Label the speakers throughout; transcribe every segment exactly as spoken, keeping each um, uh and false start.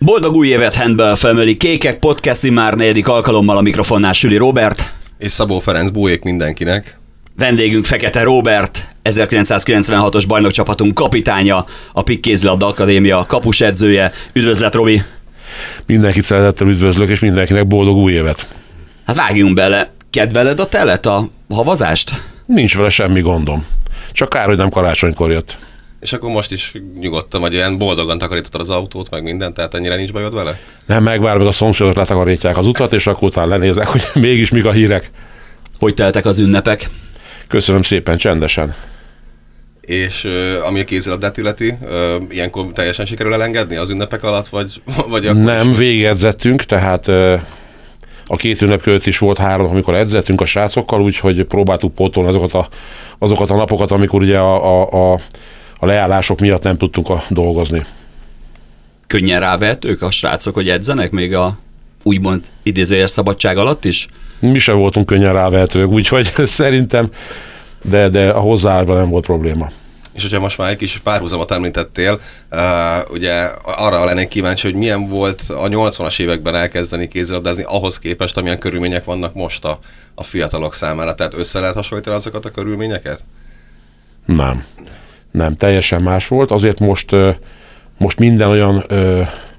Speaker 1: Boldog új évet, Handball Family! Kékek podcasti már negyedik alkalommal, a mikrofonnál Süli Róbert.
Speaker 2: És Szabó Ferenc, bújék mindenkinek.
Speaker 1: Vendégünk Fekete Róbert, ezerkilencszázkilencvenhatos bajnokcsapatunk kapitánya, a Pik Kézilabda Akadémia kapusedzője. Üdvözlet, Robi!
Speaker 3: Mindenkit szeretettel üdvözlök, és mindenkinek boldog új évet!
Speaker 1: Hát vágjunk bele. Kedveled a telet, a havazást?
Speaker 3: Nincs vele semmi gondom. Csak kár, hogy nem karácsonykor jött.
Speaker 2: És akkor most is nyugodtan, vagy olyan boldogan takarítottad az autót, meg mindent, tehát ennyire nincs bajod vele?
Speaker 3: Nem, megvár, meg a szomszédok letakarítják az utat, és akkor utána lenézek, hogy mégis mik a hírek.
Speaker 1: Hogy teltek az ünnepek?
Speaker 3: Köszönöm szépen, csendesen.
Speaker 2: És ami a kézilabdát illeti, ilyenkor teljesen sikerül elengedni az ünnepek alatt, vagy, vagy akkor
Speaker 3: Nem,
Speaker 2: is?
Speaker 3: végigedzettünk, tehát a két ünnep között is volt három, amikor edzettünk a srácokkal, úgyhogy próbáltuk pótolni azokat a, azokat a napokat, amikor ugye a, a, a, a leállások miatt nem tudtunk a, dolgozni.
Speaker 1: Könnyen rávehetők a srácok, hogy edzenek még a úgymond idézőjes szabadság alatt is?
Speaker 3: Mi sem voltunk könnyen rávehetők, úgyhogy szerintem, de, de a hozzáállásban nem volt probléma.
Speaker 2: És hogyha most már egy kis párhuzamot említettél, uh, ugye arra lennék kíváncsi, hogy milyen volt a nyolcvanas években elkezdeni kézilabdázni ahhoz képest, amilyen körülmények vannak most a, a fiatalok számára. Tehát össze lehet hasonlítani azokat a körülményeket?
Speaker 3: Nem. Nem, teljesen más volt. Azért most, most minden olyan ö,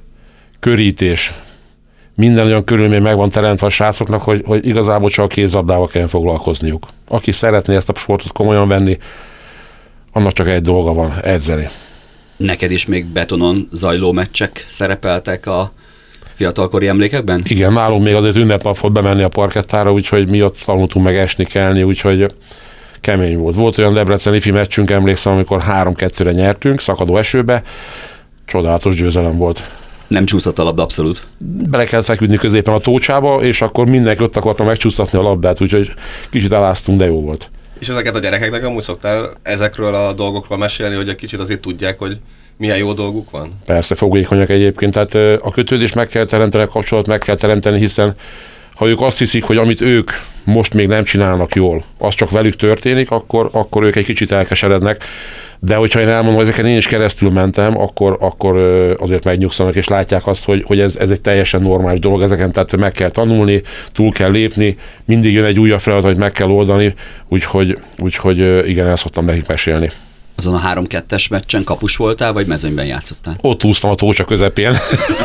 Speaker 3: körítés, minden olyan körülmény meg van teremtve a srácoknak, hogy, hogy igazából csak a kézilabdával kell foglalkozniuk. Aki szeretné ezt a sportot komolyan venni, annak csak egy dolga van, edzeni.
Speaker 1: Neked is még betonon zajló meccsek szerepeltek a fiatalkori emlékekben?
Speaker 3: Igen, nálunk még azért ünnepnap volt bemenni a parkettára, úgyhogy mi ott tanultunk meg esni, kelni, úgyhogy kemény volt. Volt olyan Debrecen ifi meccsünk, emlékszem, amikor három-kettőre nyertünk, szakadó esőbe, csodálatos győzelem volt.
Speaker 1: Nem csúszott a labda abszolút.
Speaker 3: Bele kellett feküdni középen a tócsába, és akkor mindenki ott akarta megcsúsztatni a labdát, úgyhogy kicsit eláztunk, de jó volt.
Speaker 2: És ezeket a gyerekeknek amúgy szoktál ezekről a dolgokról mesélni, hogy egy kicsit azért tudják, hogy milyen jó dolguk van?
Speaker 3: Persze, fogékonyak egyébként, tehát a kötődést meg kell teremteni, a kapcsolatot meg kell teremteni, hiszen ha ők azt hiszik, hogy amit ők most még nem csinálnak jól, az csak velük történik, akkor, akkor ők egy kicsit elkeserednek. De hogyha én elmondom, hogy ezeken én is keresztül mentem, akkor, akkor azért megnyugszanak, és látják azt, hogy, hogy ez, ez egy teljesen normális dolog, ezeken tehát meg kell tanulni, túl kell lépni, mindig jön egy újabb feladat, hogy meg kell oldani, úgyhogy, úgyhogy igen, ezt szoktam nekik mesélni.
Speaker 1: Azon a három-kettes meccsen kapus voltál, vagy mezőnyben játszottál?
Speaker 3: Ott úsztam a tócsa közepén.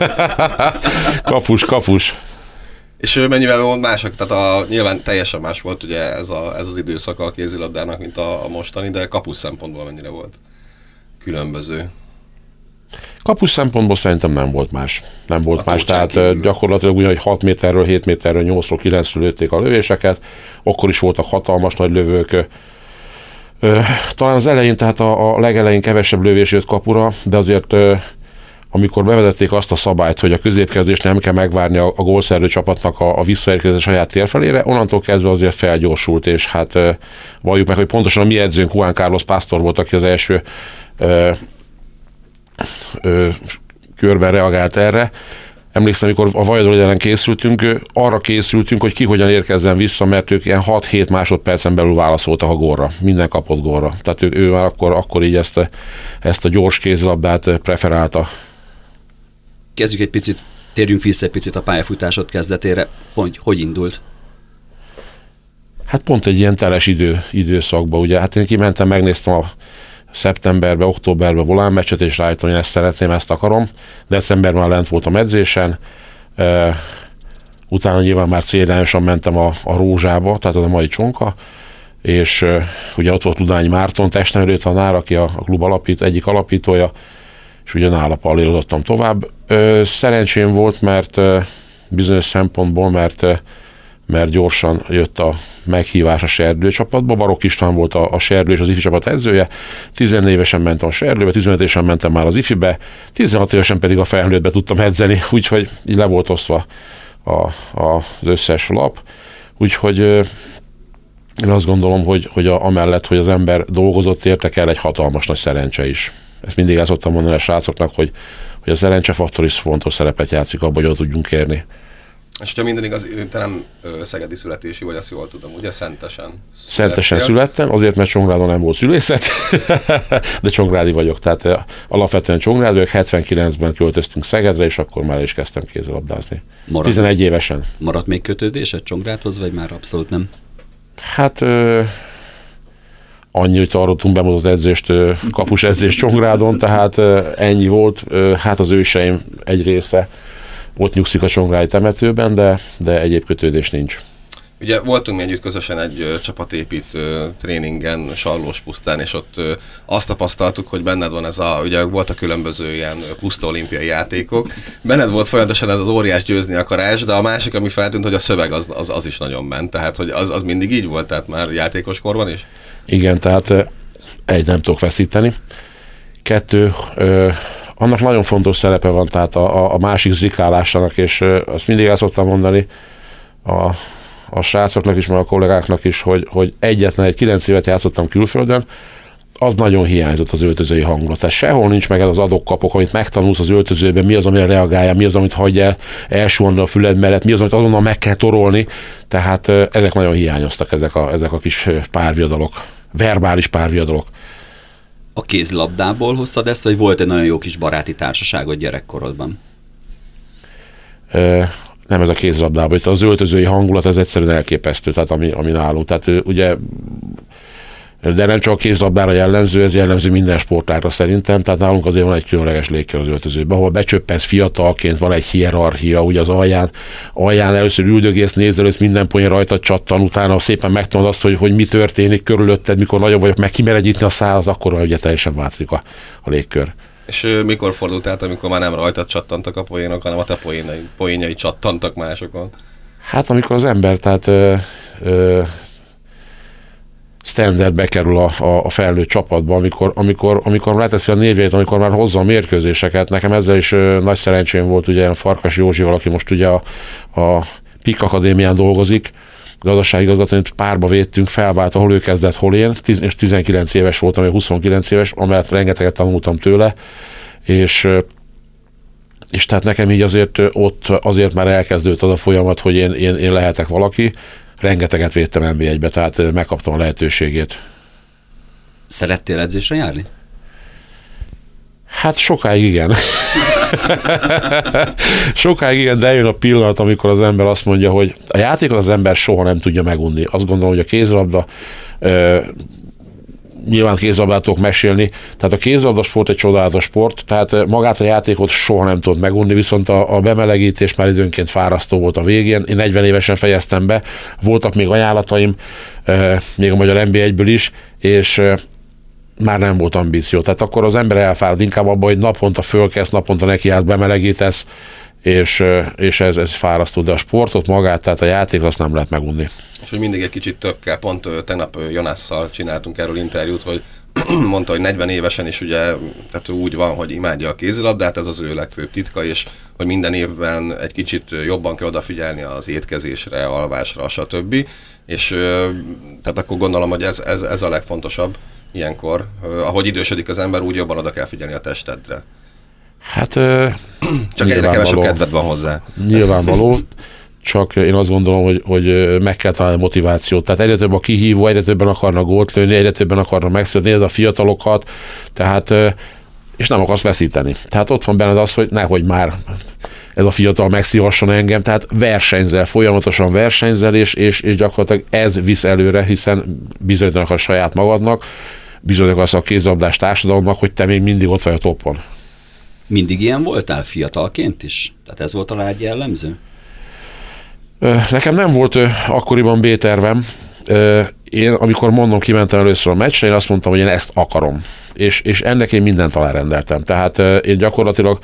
Speaker 3: kapus, kapus.
Speaker 2: És mennyivel volt másak? Tehát a, nyilván teljesen más volt ugye ez, a, ez az időszaka a kézilabdának, mint a, a mostani, de kapus szempontból mennyire volt különböző?
Speaker 3: Kapus szempontból szerintem nem volt más. Nem volt
Speaker 2: a
Speaker 3: más, tehát
Speaker 2: kívül.
Speaker 3: Gyakorlatilag úgy, hogy hat méterről, hét méterről, nyolcról, kilencről lőtték a lövéseket, akkor is voltak hatalmas nagy lövők. Talán az elején, tehát a, a legelején kevesebb lövés jött kapura, de azért amikor bevezették azt a szabályt, hogy a középkezdést nem kell megvárni a, a gólszerző csapatnak a, a visszaérkezés saját térfelére, onnantól kezdve azért felgyorsult, és hát e, valljuk meg, hogy pontosan a mi edzőnk Juan Carlos Pastor volt, aki az első e, e, körben reagált erre. Emlékszem, amikor a Valladolid ellen készültünk, arra készültünk, hogy ki hogyan érkezzen vissza, mert ők ilyen hat-hét másodpercen belül válaszoltak a gólra. Minden kapott gólra. Tehát ő, ő már akkor, akkor így ezt a, ezt a gyors kézilabdát preferálta.
Speaker 1: Kezdjük egy picit, térjünk vissza egy picit a pályafutásod kezdetére. Hogy, hogy indult?
Speaker 3: Hát pont egy ilyen teles idő, időszakban, ugye. Hát én kimentem, megnéztem a szeptemberben, októberben volán meccset, és rájöttem, hogy ezt szeretném, ezt akarom. Decemberben már lent voltam edzésen, uh, utána nyilván már célirányosan mentem a, a Rózsába, tehát a mai Csonka, és uh, ugye ott volt Ludányi Márton testnevelő tanár, aki a, a klub alapít, egyik alapítója, és ugye nála pallérozottam tovább. Uh, szerencsém volt, mert uh, bizonyos szempontból, mert uh, mert gyorsan jött a meghívás a Serdő csapatba. Barokk István volt a, a Serdő és az ifi csapat edzője. tizennégy évesen mentem a Serdőbe, tizenöt évesen mentem már az ifibe, tizenhat évesen pedig a felnőttbe tudtam edzeni, úgyhogy így le volt osztva a, a, az összes lap. Úgyhogy én azt gondolom, hogy, hogy a, amellett, hogy az ember dolgozott, érte kell egy hatalmas nagy szerencse is. Ezt mindig el szoktam mondani a srácoknak, hogy, hogy a szerencsefaktor is fontos szerepet játszik abban, hogy ott tudjunk érni.
Speaker 2: És hogyha minden igaz, te nem szegedi születési vagy, azt jól tudom, ugye? Szentesen.
Speaker 3: Szentesen születtem, azért, mert Csongrádon nem volt szülészet, de csongrádi vagyok, tehát alapvetően Csongrád vagyok, hetvenkilencben költöztünk Szegedre, és akkor már is kezdtem kézilabdázni. Marad, tizenegy évesen.
Speaker 1: Maradt még kötődés a Csongrádhoz, vagy már abszolút nem?
Speaker 3: Hát ö, annyi, hogy tartottunk bemutatott edzést, ö, kapus edzést Csongrádon, tehát ö, ennyi volt. Ö, hát az őseim egy része ott nyugszik a csongrádi temetőben, de, de egyéb kötődés nincs.
Speaker 2: Ugye voltunk mi együtt közösen egy ö, csapatépítő tréningen Sarlós pusztán, és ott ö, azt tapasztaltuk, hogy benned van ez a, ugye voltak különböző ilyen puszta olimpiai játékok, benned volt folyamatosan ez az óriás győzni akarás, de a másik, ami feltűnt, hogy a szöveg az, az, az is nagyon ment, tehát hogy az, az mindig így volt, tehát már játékos korban is?
Speaker 3: Igen, tehát egy, nem tudok veszíteni. Kettő, ö, annak nagyon fontos szerepe van, tehát a, a másik zrikálásának, és azt mindig el szoktam mondani a, a srácoknak is, meg a kollégáknak is, hogy, hogy egyetlen egy kilenc évet játszottam külföldön, az nagyon hiányzott az öltözői hangulat. Tehát sehol nincs meg ez az adok-kapok, amit megtanulsz az öltözőben, mi az, amire reagáljál, mi az, amit hagyj el elsuhanni a füled mellett, mi az, amit azonnal meg kell torolni. Tehát ezek nagyon hiányoztak, ezek a, ezek a kis párviadalok, verbális párviadalok.
Speaker 1: A kézlabdából hoztad ezt, vagy volt egy nagyon jó kis baráti társaságod gyerekkorodban?
Speaker 3: E, nem ez a kézlabdában, itt az öltözői hangulat, ez egyszerűen elképesztő, tehát ami, ami nálunk. Tehát ugye, de nem csak a kézlabdára jellemző, ez jellemző minden sportágra szerintem, tehát nálunk azért van egy különleges légkör az öltözőben, ahol becsöppensz fiatalként, van egy hierarchia, ugye az alján, alján először üldögész, nézelősz, minden poén rajta csattan, utána szépen megtanulod azt, hogy, hogy mi történik körülötted, mikor nagyobb vagyok, meg kimered nyitni a szálat, akkor ugye teljesen változik a, a légkör.
Speaker 2: És ö, mikor fordult át, amikor már nem rajtad csattantak a poénok, hanem a te poénjai, poénjai csattantak másokon?
Speaker 3: Hát amikor az ember, tehát ö, ö, standard bekerül a, a, a felnőtt csapatba, amikor, amikor, amikor leteszi a névjeit, amikor már hozza a mérkőzéseket. Nekem ezzel is ö, nagy szerencsém volt, ugye Farkas Józsival, aki most ugye a, a PIK Akadémián dolgozik, gazdaságigazgatóként párba védtünk, felvált, ahol ő kezdett, hol én, és tizenkilenc éves voltam, vagy huszonkilenc éves, amellett rengeteget tanultam tőle, és, és tehát nekem így azért ott azért már elkezdődött az a folyamat, hogy én, én, én lehetek valaki, rengeteget védtem en bé egybe, tehát megkaptam a lehetőségét.
Speaker 1: Szerettél edzésre járni?
Speaker 3: Hát sokáig igen. Sokáig igen, de eljön a pillanat, amikor az ember azt mondja, hogy a játékot az ember soha nem tudja megunni. Azt gondolom, hogy a kézilabda, euh, nyilván kézilabdát tudok mesélni, tehát a kézilabda sport egy csodálatos sport, tehát magát a játékot soha nem tudod megunni, viszont a, a bemelegítés már időnként fárasztó volt a végén. Én negyven évesen fejeztem be, voltak még ajánlataim, euh, még a magyar en bé egyből is, és euh, már nem volt ambíció. Tehát akkor az ember elfárad inkább abba, hogy naponta fölkezd, naponta nekiállsz, bemelegítesz, és, és ez, ez fárasztó, de a sportot magát, tehát a játék, azt nem lehet megunni.
Speaker 2: És hogy mindig egy kicsit több kell, pont tegnap Jonasszal csináltunk erről interjút, hogy mondta, hogy negyven évesen is ugye, tehát úgy van, hogy imádja a kézilabdát, ez az ő legfőbb titka, és hogy minden évben egy kicsit jobban kell odafigyelni az étkezésre, alvásra, stb. És tehát akkor gondolom, hogy ez, ez, ez a legfontosabb ilyenkor. Ahogy idősödik az ember, úgy jobban oda kell figyelni a testedre.
Speaker 3: Hát
Speaker 2: csak egyre kevesebb kedved van hozzá.
Speaker 3: Nyilvánvaló, csak én azt gondolom, hogy, hogy meg kell találni motivációt. Tehát egyre több a kihívó, egyre többen akarnak gólt lőni, egyre többen akarnak megszületni, nézd a fiatalokat, tehát, és nem akarsz veszíteni. Tehát ott van benned az, hogy nehogy már ez a fiatal megszívasson engem, tehát versenyzel, folyamatosan versenyzel, és, és, és gyakorlatilag ez visz előre, hiszen bizonyítanak a saját magadnak, bizonyítanak a kézilabdás társadalomnak, hogy te még mindig ott vagy a toppon.
Speaker 1: Mindig ilyen voltál fiatalként is? Tehát ez volt a lágy jellemző?
Speaker 3: Nekem nem volt akkoriban B-tervem. Én, amikor mondom, kimentem először a meccsre, én azt mondtam, hogy én ezt akarom. És, és ennek én mindent alárendeltem. Tehát én gyakorlatilag...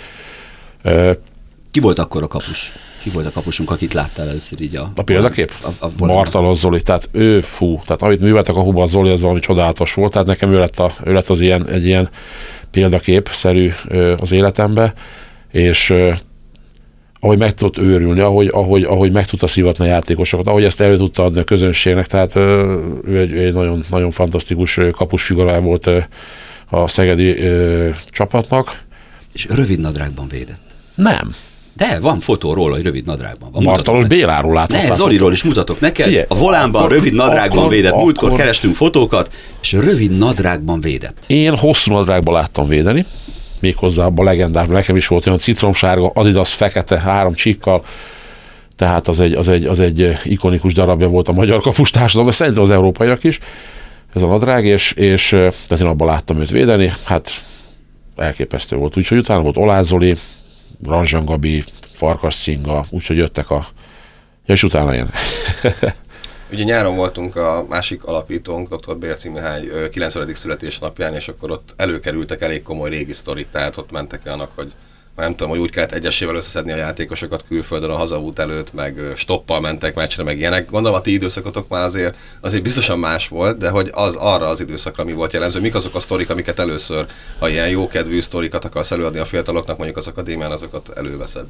Speaker 1: Ki volt akkor a kapus? Ki volt a kapusunk, akit láttál először így a...
Speaker 3: A példakép?
Speaker 1: A, a, a
Speaker 3: Martalos Zoli, tehát ő, fú, tehát amit műveltek a Huba Zoli, az valami csodálatos volt, tehát nekem ő lett, a, ő lett az ilyen, egy ilyen példakép-szerű az életembe, és ahogy meg tudott őrülni, ahogy, ahogy, ahogy meg tudta szivatni a játékosokat, ahogy ezt elő tudta adni a közönségnek, tehát ő egy, egy nagyon, nagyon fantasztikus kapusfigurája volt a szegedi ö, csapatnak.
Speaker 1: És rövid nadrágban védett?
Speaker 3: Nem.
Speaker 1: De van fotó róla, hogy rövid nadrágban van.
Speaker 3: Martalos Béláról láthatták.
Speaker 1: Ne, Zoliról is mutatok neked. Figyelj, a volánban akkor, rövid nadrágban akkor, védett. Múltkor akkor... kerestünk fotókat, és rövid nadrágban védett.
Speaker 3: Én hosszú nadrágban láttam védeni, méghozzá abban a legendásban. Nekem is volt olyan citromsárga, Adidas fekete, három csíkkal, tehát az egy, az egy, az egy ikonikus darabja volt a magyar kapus társadalom, de szerintem az európaiak is, ez a nadrág, és, és tehát én abban láttam őt védeni, hát elképesztő volt. Úgyhogy utána volt Oláh Zoli, Ranzsan Gabi, Farkas Cinga, úgyhogy jöttek a... Ja, és utána én.
Speaker 2: Ugye nyáron voltunk a másik alapítónk, doktor Bérci Mihály kilencvenedik születésnapján, és akkor ott előkerültek elég komoly régi sztorik, tehát ott mentek annak, hogy már nem tudom, hogy úgy kellett egyesével összeszedni a játékosokat külföldön a hazaút előtt, meg stoppal mentek meccsre, meg ilyenek. Gondolom a ti időszakotok már azért, azért biztosan más volt, de hogy az arra az időszakra mi volt jellemző, mik azok a sztorik, amiket először, ha ilyen jókedvű sztorikat akarsz előadni a fiataloknak, mondjuk az akadémián, azokat előveszed?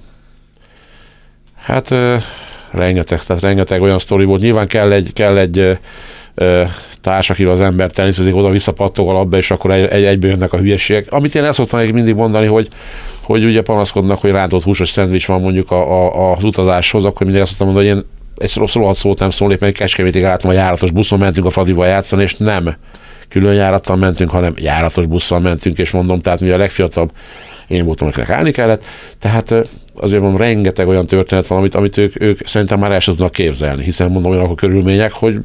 Speaker 3: Hát uh, rengeteg, tehát rengeteg olyan sztori volt. Nyilván kell egy, kell egy uh, társ, akivel az ember teniszezik, oda-vissza pattog a labda, és akkor egy, egy, egyből jönnek a hülyeségek. Amit én ezt szoktam mindig mondani, hogy hogy ugye panaszkodnak, hogy rántott húsos szendvics van mondjuk a, a, az utazáshoz, akkor mindig azt szoktam mondani, hogy én egy rossz rohadt szót nem szólnék, mert Kecskemétig álltam a járatos buszon, mentünk a Fradival játszani, és nem külön járattal mentünk, hanem járatos busszal mentünk, és mondom, tehát mi a legfiatalabb én voltam, akinek állni kellett. Tehát azért mondom, rengeteg olyan történet van, amit, amit ők, ők szerintem már el sem tudnak képzelni, hiszen mondom, olyanok a körülmények, hogy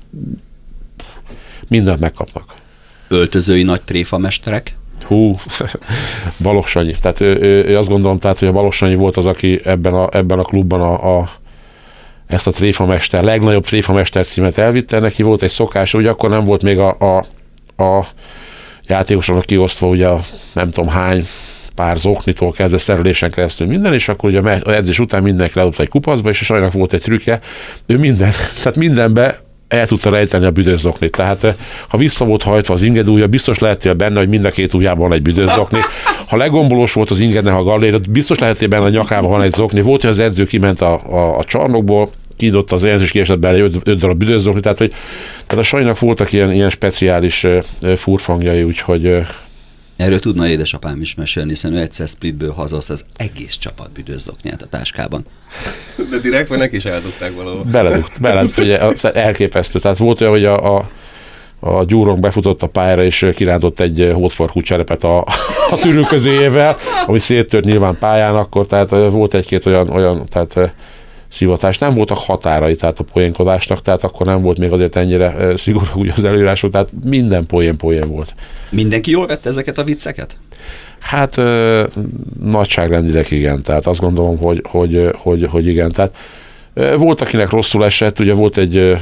Speaker 3: mindent megkapnak.
Speaker 1: Öltözői nagy tréfamesterek?
Speaker 3: Hú, Balogh Sanyi. Tehát ő, ő, ő azt gondolom, tehát, hogy a Balogh Sanyi volt az, aki ebben a, ebben a klubban a, a, ezt a tréfamester, legnagyobb tréfamester címet elvitte. Neki volt egy szokás, ugye akkor nem volt még a, a, a játékosoknak kiosztva, ugye a, nem tudom hány pár zoknitól kezdve szerelésen keresztül minden, és akkor ugye az edzés után mindenki ledobta egy kupacba, és a Sanyinak volt egy trükkje. Ő minden, tehát mindenbe el tudta rejteni a büdös zoknit. Tehát ha vissza volt hajtva az ingedúja, biztos lehettél benne, hogy mind a két ujjában van egy büdös zokni. Ha legombolós volt az ingednek a gallér, biztos lehettél benne, a nyakában van egy zokni. Volt, hogy az edző kiment a, a, a csarnokból, kinyitotta az edzés, és kiesett bele öt, öt darab büdös zokni. Tehát, hogy, tehát a Sanyinak voltak ilyen, ilyen speciális uh, furfangjai, úgyhogy... Uh,
Speaker 1: Erről tudna édesapám is mesélni, hiszen ő egyszer Splitből hazahozta az egész csapat büdös zokniát a táskában.
Speaker 2: De direkt, vagy neki is eldugták valahol?
Speaker 3: Beledugt, beledugt, ugye elképesztő. Tehát volt olyan, hogy a, a, a Gyúrong befutott a pályára, és kirántott egy hódfarkú cserepet a, a tűrő közéjével, ami széttört nyilván pályán akkor, tehát volt egy-két olyan, olyan tehát, szivatás. Nem voltak határai, tehát a poénkodásnak, tehát akkor nem volt még azért ennyire szigorú ugye az előírások, tehát minden poén poén volt.
Speaker 1: Mindenki jól vette ezeket a vicceket?
Speaker 3: Hát ö, nagyságrendileg igen, tehát azt gondolom, hogy, hogy, hogy, hogy igen. Tehát ö, volt, akinek rosszul esett, ugye volt egy ö,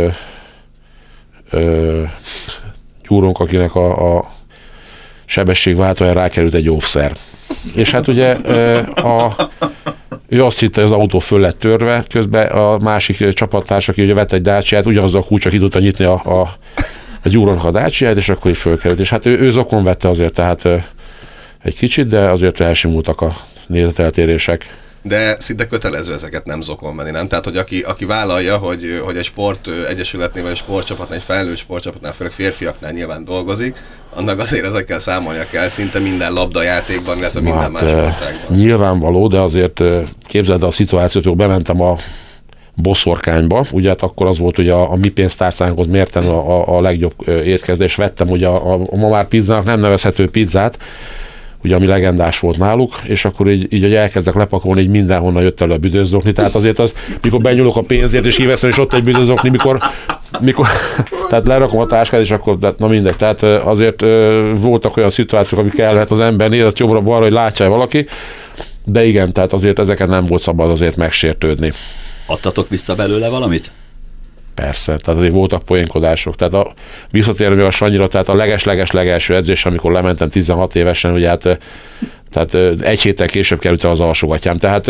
Speaker 3: ö, gyúrónk, akinek a, a sebességváltójára rákerült egy óvszer. És hát ugye ö, a ő azt hitte, hogy az autó föl lett törve, közben a másik csapattárs, aki ugye vett egy Dacia-t, ugyanaz a kulcsa ki tudta nyitni a, a, a Gyúrónak a Dacia-t, és akkor így fölkerült. És hát ő, ő zokon vette azért, tehát egy kicsit, de azért elsimultak a nézeteltérések.
Speaker 2: De szinte kötelező ezeket nem zokon menni, nem? Tehát, hogy aki, aki vállalja, hogy, hogy egy sport egyesületnél, vagy egy sportcsapatnál, egy felnőtt sportcsapatnál, főleg férfiaknál nyilván dolgozik, annak azért ezekkel számolnia kell szinte minden labdajátékban, illetve minden hát, más sportágban.
Speaker 3: Nyilvánvaló, de azért képzeld el a szituációt, hogy bementem a Boszorkányba, ugye hát akkor az volt, hogy a, a mi pénztárcánkhoz mérten a, a, a legjobb étkezés, vettem ugye a, a, a ma már pizzának nem nevezhető pizzát, ugye ami legendás volt náluk, és akkor így, így hogy elkezdek lepakolni, így mindenhonnan jött elő a büdös zokni, tehát azért az, mikor benyúlok a pénzért, és híveszem, és ott egy büdös zokni, mikor, mikor tehát lerakom a táskát, és akkor, na mindegy, tehát azért voltak olyan szituációk, amik kellett az ember nézett jobbra-balra, hogy látja valaki, de igen, tehát azért ezeket nem volt szabad azért megsértődni.
Speaker 1: Adtatok vissza belőle valamit?
Speaker 3: Persze, tehát azért voltak poénkodások. Tehát a, visszatérve a Sanyira, tehát a leges-leges-legelső edzés, amikor lementem tizenhat évesen, ugye hát, tehát egy héttel később került el az alsógatyám. Tehát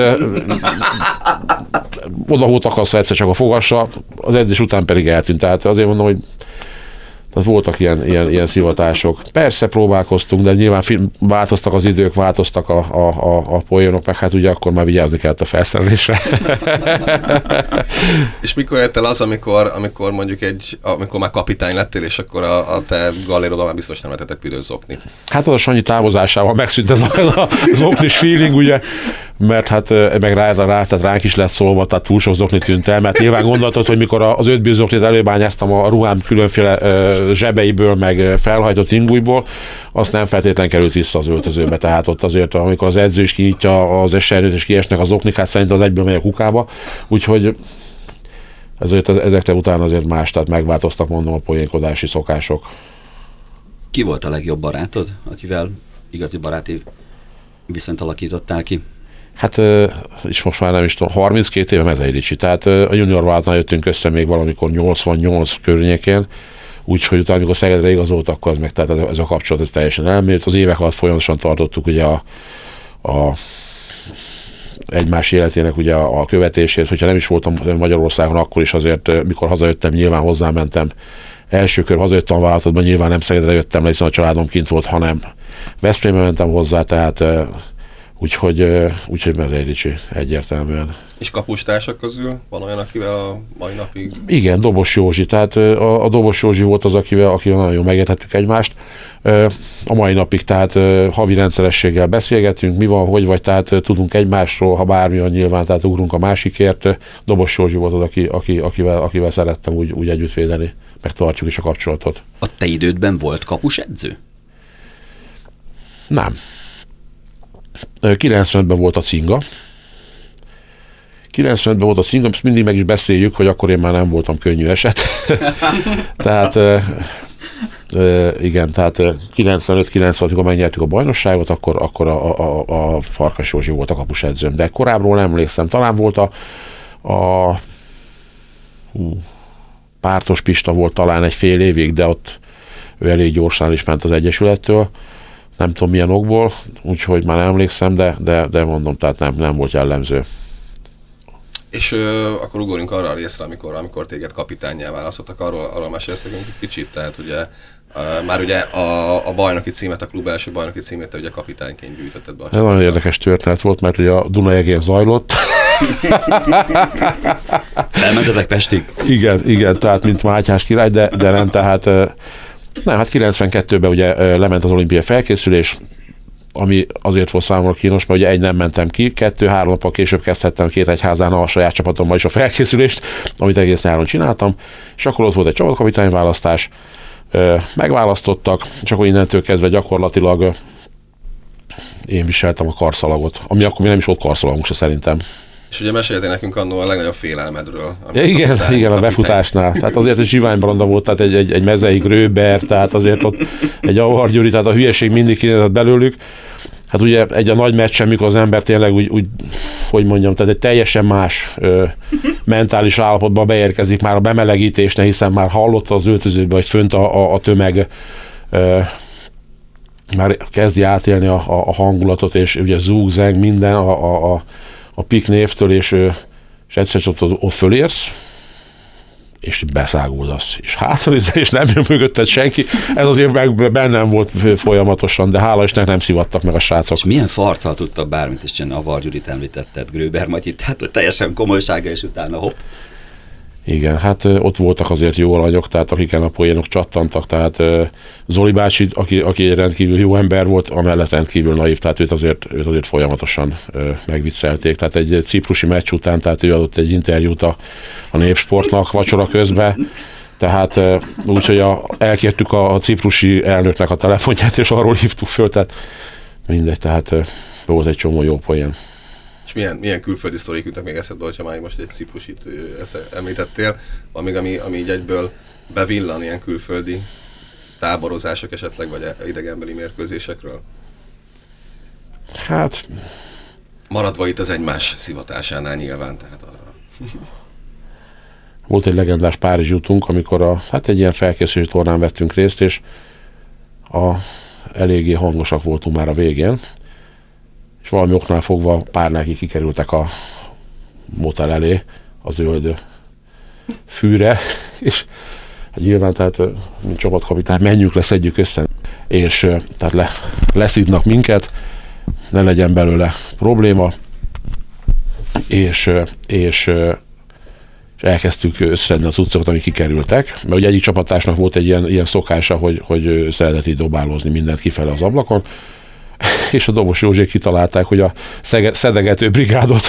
Speaker 3: oda volt akasztva egyszer csak a fogassa, az edzés után pedig eltűnt. Tehát azért mondom, hogy tehát voltak ilyen, ilyen, ilyen szivatások. Persze próbálkoztunk, de nyilván változtak az idők, változtak a, a, a, a poénok, meg hát ugye akkor már vigyázni kellett a felszerelésre.
Speaker 2: És mikor jött el az, amikor, amikor mondjuk egy, amikor már kapitány lettél, és akkor a, a te gallérodban már biztos nem lehetettek büdös zoknit?
Speaker 3: Hát az a Sanyi távozásával megszűnt ez a, ez a zoknis feeling, ugye mert hát meg rá, rá, tehát ránk is lett szólva, tehát túl sok zokni tűnt el, mert nyilván gondoltad, hogy mikor az öt bűzoknit előbányáztam a ruhám különféle zsebeiből, meg felhajtott ingújból, azt nem feltétlenül került vissza az öltözőbe, tehát ott azért, amikor az edző is kinyitja az esernyőt és kiesnek az oknik, hát szerintem az egyből megy a kukába, úgyhogy ezért ezekre után azért más, tehát megváltoztak, mondom, a poénkodási szokások.
Speaker 1: Ki volt a legjobb barátod, akivel igazi baráti viszonyt alakítottál ki?
Speaker 3: Hát, és most már nem is tudom, harminckét éve Mezei Ricsi, tehát a junior váltnál jöttünk össze még valamikor nyolcvannyolc környékén, úgyhogy utána, amikor Szegedre igazolt, akkor ez meg, tehát ez a kapcsolat ez teljesen elmért. Az évek alatt folyamatosan tartottuk ugye a, a egymás életének ugye a, a követését, hogyha nem is voltam Magyarországon, akkor is azért, mikor hazajöttem, nyilván hozzámentem. Első kör hazajöttem a vállalatban, nyilván nem Szegedre jöttem le, hiszen a családom kint volt, hanem Veszprémbe mentem hozzá, tehát úgyhogy, úgyhogy Mezei Ricsi egyértelműen. És
Speaker 2: kapustársak közül van olyan, akivel a mai napig?
Speaker 3: Igen, Dobos Józsi, tehát a, a Dobos Józsi volt az, akivel, akivel nagyon jól megértettük egymást. A mai napig, tehát havi rendszerességgel beszélgetünk, mi van, hogy vagy, tehát tudunk egymásról, ha bármi van nyilván, tehát ugrunk a másikért. Dobos Józsi volt az, aki, aki, akivel, akivel szerettem úgy, úgy együttvédeni, meg tartjuk is a kapcsolatot.
Speaker 1: A te idődben volt kapusedző?
Speaker 3: Nem. kilencvenötben volt a Cinga. kilencvenötben volt a Cinga, ezt mindig meg is beszéljük, hogy akkor én már nem voltam könnyű eset. tehát igen, tehát kilencvenöt kilencven, amikor megnyertük a bajnokságot, akkor, akkor a, a, a Farkas Józsi volt a kapusedzőm. De korábbról nem emlékszem. Talán volt a, a hú, Pártos Pista volt talán egy fél évig, de ott ő elég gyorsan is ment az Egyesülettől. Nem tudom milyen okból, úgyhogy már nem emlékszem, de, de, de mondom, tehát nem, nem volt jellemző.
Speaker 2: És ö, akkor ugorjunk arra a részre, amikor, amikor téged kapitánnyá választottak, arról, arról mesélsz nekünk egy kicsit, tehát ugye uh, már ugye a, a bajnoki címet, a klub első bajnoki címét te ugye kapitányként gyűjtötted be.
Speaker 3: Nagyon érdekes történet volt, mert ugye a Dunajegén zajlott.
Speaker 1: Elmentetek Pestig?
Speaker 3: Igen, igen, tehát mint Mátyás király, de, de nem, tehát nem, hát kilencvenkettőben ugye lement az olimpiai felkészülés, ami azért volt számomra kínos, mert ugye egy nem mentem ki, kettő-három nappal később kezdhettem két egyházán a saját csapatommal is a felkészülést, amit egész nyáron csináltam, és akkor ott volt egy csapatkapitány választás, megválasztottak, és akkor innentől kezdve gyakorlatilag én viseltem a karszalagot, ami akkor még nem is volt karszalagunk se szerintem.
Speaker 2: És ugye meséltél nekünk annól a legnagyobb félelmedről.
Speaker 3: Ja, igen, kapitány, igen, a befutásnál. Tehát azért egy zsiványbanda volt, tehát egy, egy, egy Mezei Gröber, tehát azért ott egy Avar Gyuri, tehát a hülyeség mindig kinézett belőlük. Hát ugye egy a nagy meccsen, mikor az ember tényleg úgy, úgy hogy mondjam, tehát egy teljesen más ö, mentális állapotba beérkezik már a bemelegítésnél, hiszen már hallotta az öltözőben, hogy fönt a, a, a tömeg ö, már kezdi átélni a, a, a hangulatot, és ugye zúg, zeng, minden a, a, a, a pik névtől, és, és egyszer csak ott, ott fölérsz, és beszáguldasz, és hátranézel, és nem jön mögötted senki. Ez azért meg bennem volt folyamatosan, de hála Istennek nem szivattak meg a srácok.
Speaker 1: És milyen farccal tudtak bármit is csinálni? Avar Gyurit említetted, Gröber Matyit, tehát teljesen komolysága, és utána hopp.
Speaker 3: Igen, hát ott voltak azért jó alanyok, tehát akiken a poénok csattantak, tehát Zoli bácsi, aki, aki egy rendkívül jó ember volt, amellett rendkívül naív, tehát őt azért, őt azért folyamatosan megviccelték. Tehát egy ciprusi meccs után, tehát ő adott egy interjút a, a Népsportnak vacsora közben, tehát úgyhogy a, elkértük a, a ciprusi elnöknek a telefonját, és arról hívtuk föl, tehát mindegy, tehát volt egy csomó jó poén.
Speaker 2: És milyen, milyen külföldi sztorik jutnak még eszedbe, hogyha már most egy ciprusit említettél, van még, ami, ami így egyből bevillan ilyen külföldi táborozások esetleg, vagy idegenbeli mérkőzésekről?
Speaker 3: Hát...
Speaker 2: Maradva itt az egymás szivatásánál nyilván, tehát arra.
Speaker 3: Volt egy legendás Párizsi utunk, amikor a, hát egy ilyen felkészülési tornán vettünk részt, és a, eléggé hangosak voltunk már a végén, és valami oknál fogva párnákig kikerültek a motel elé, a zöld fűre, és nyilván, tehát mint csapatkapitány, menjünk le, szedjük össze, és tehát le, leszidnak minket, ne legyen belőle probléma, és, és, és elkezdtük összedni az utcokat, amik kikerültek, mert ugye egyik csapattársnak volt egy ilyen, ilyen szokása, hogy, hogy szeretett így dobálózni mindent kifele az ablakon, és a Dobos Józsék kitalálták, hogy a szege, szedegető brigádot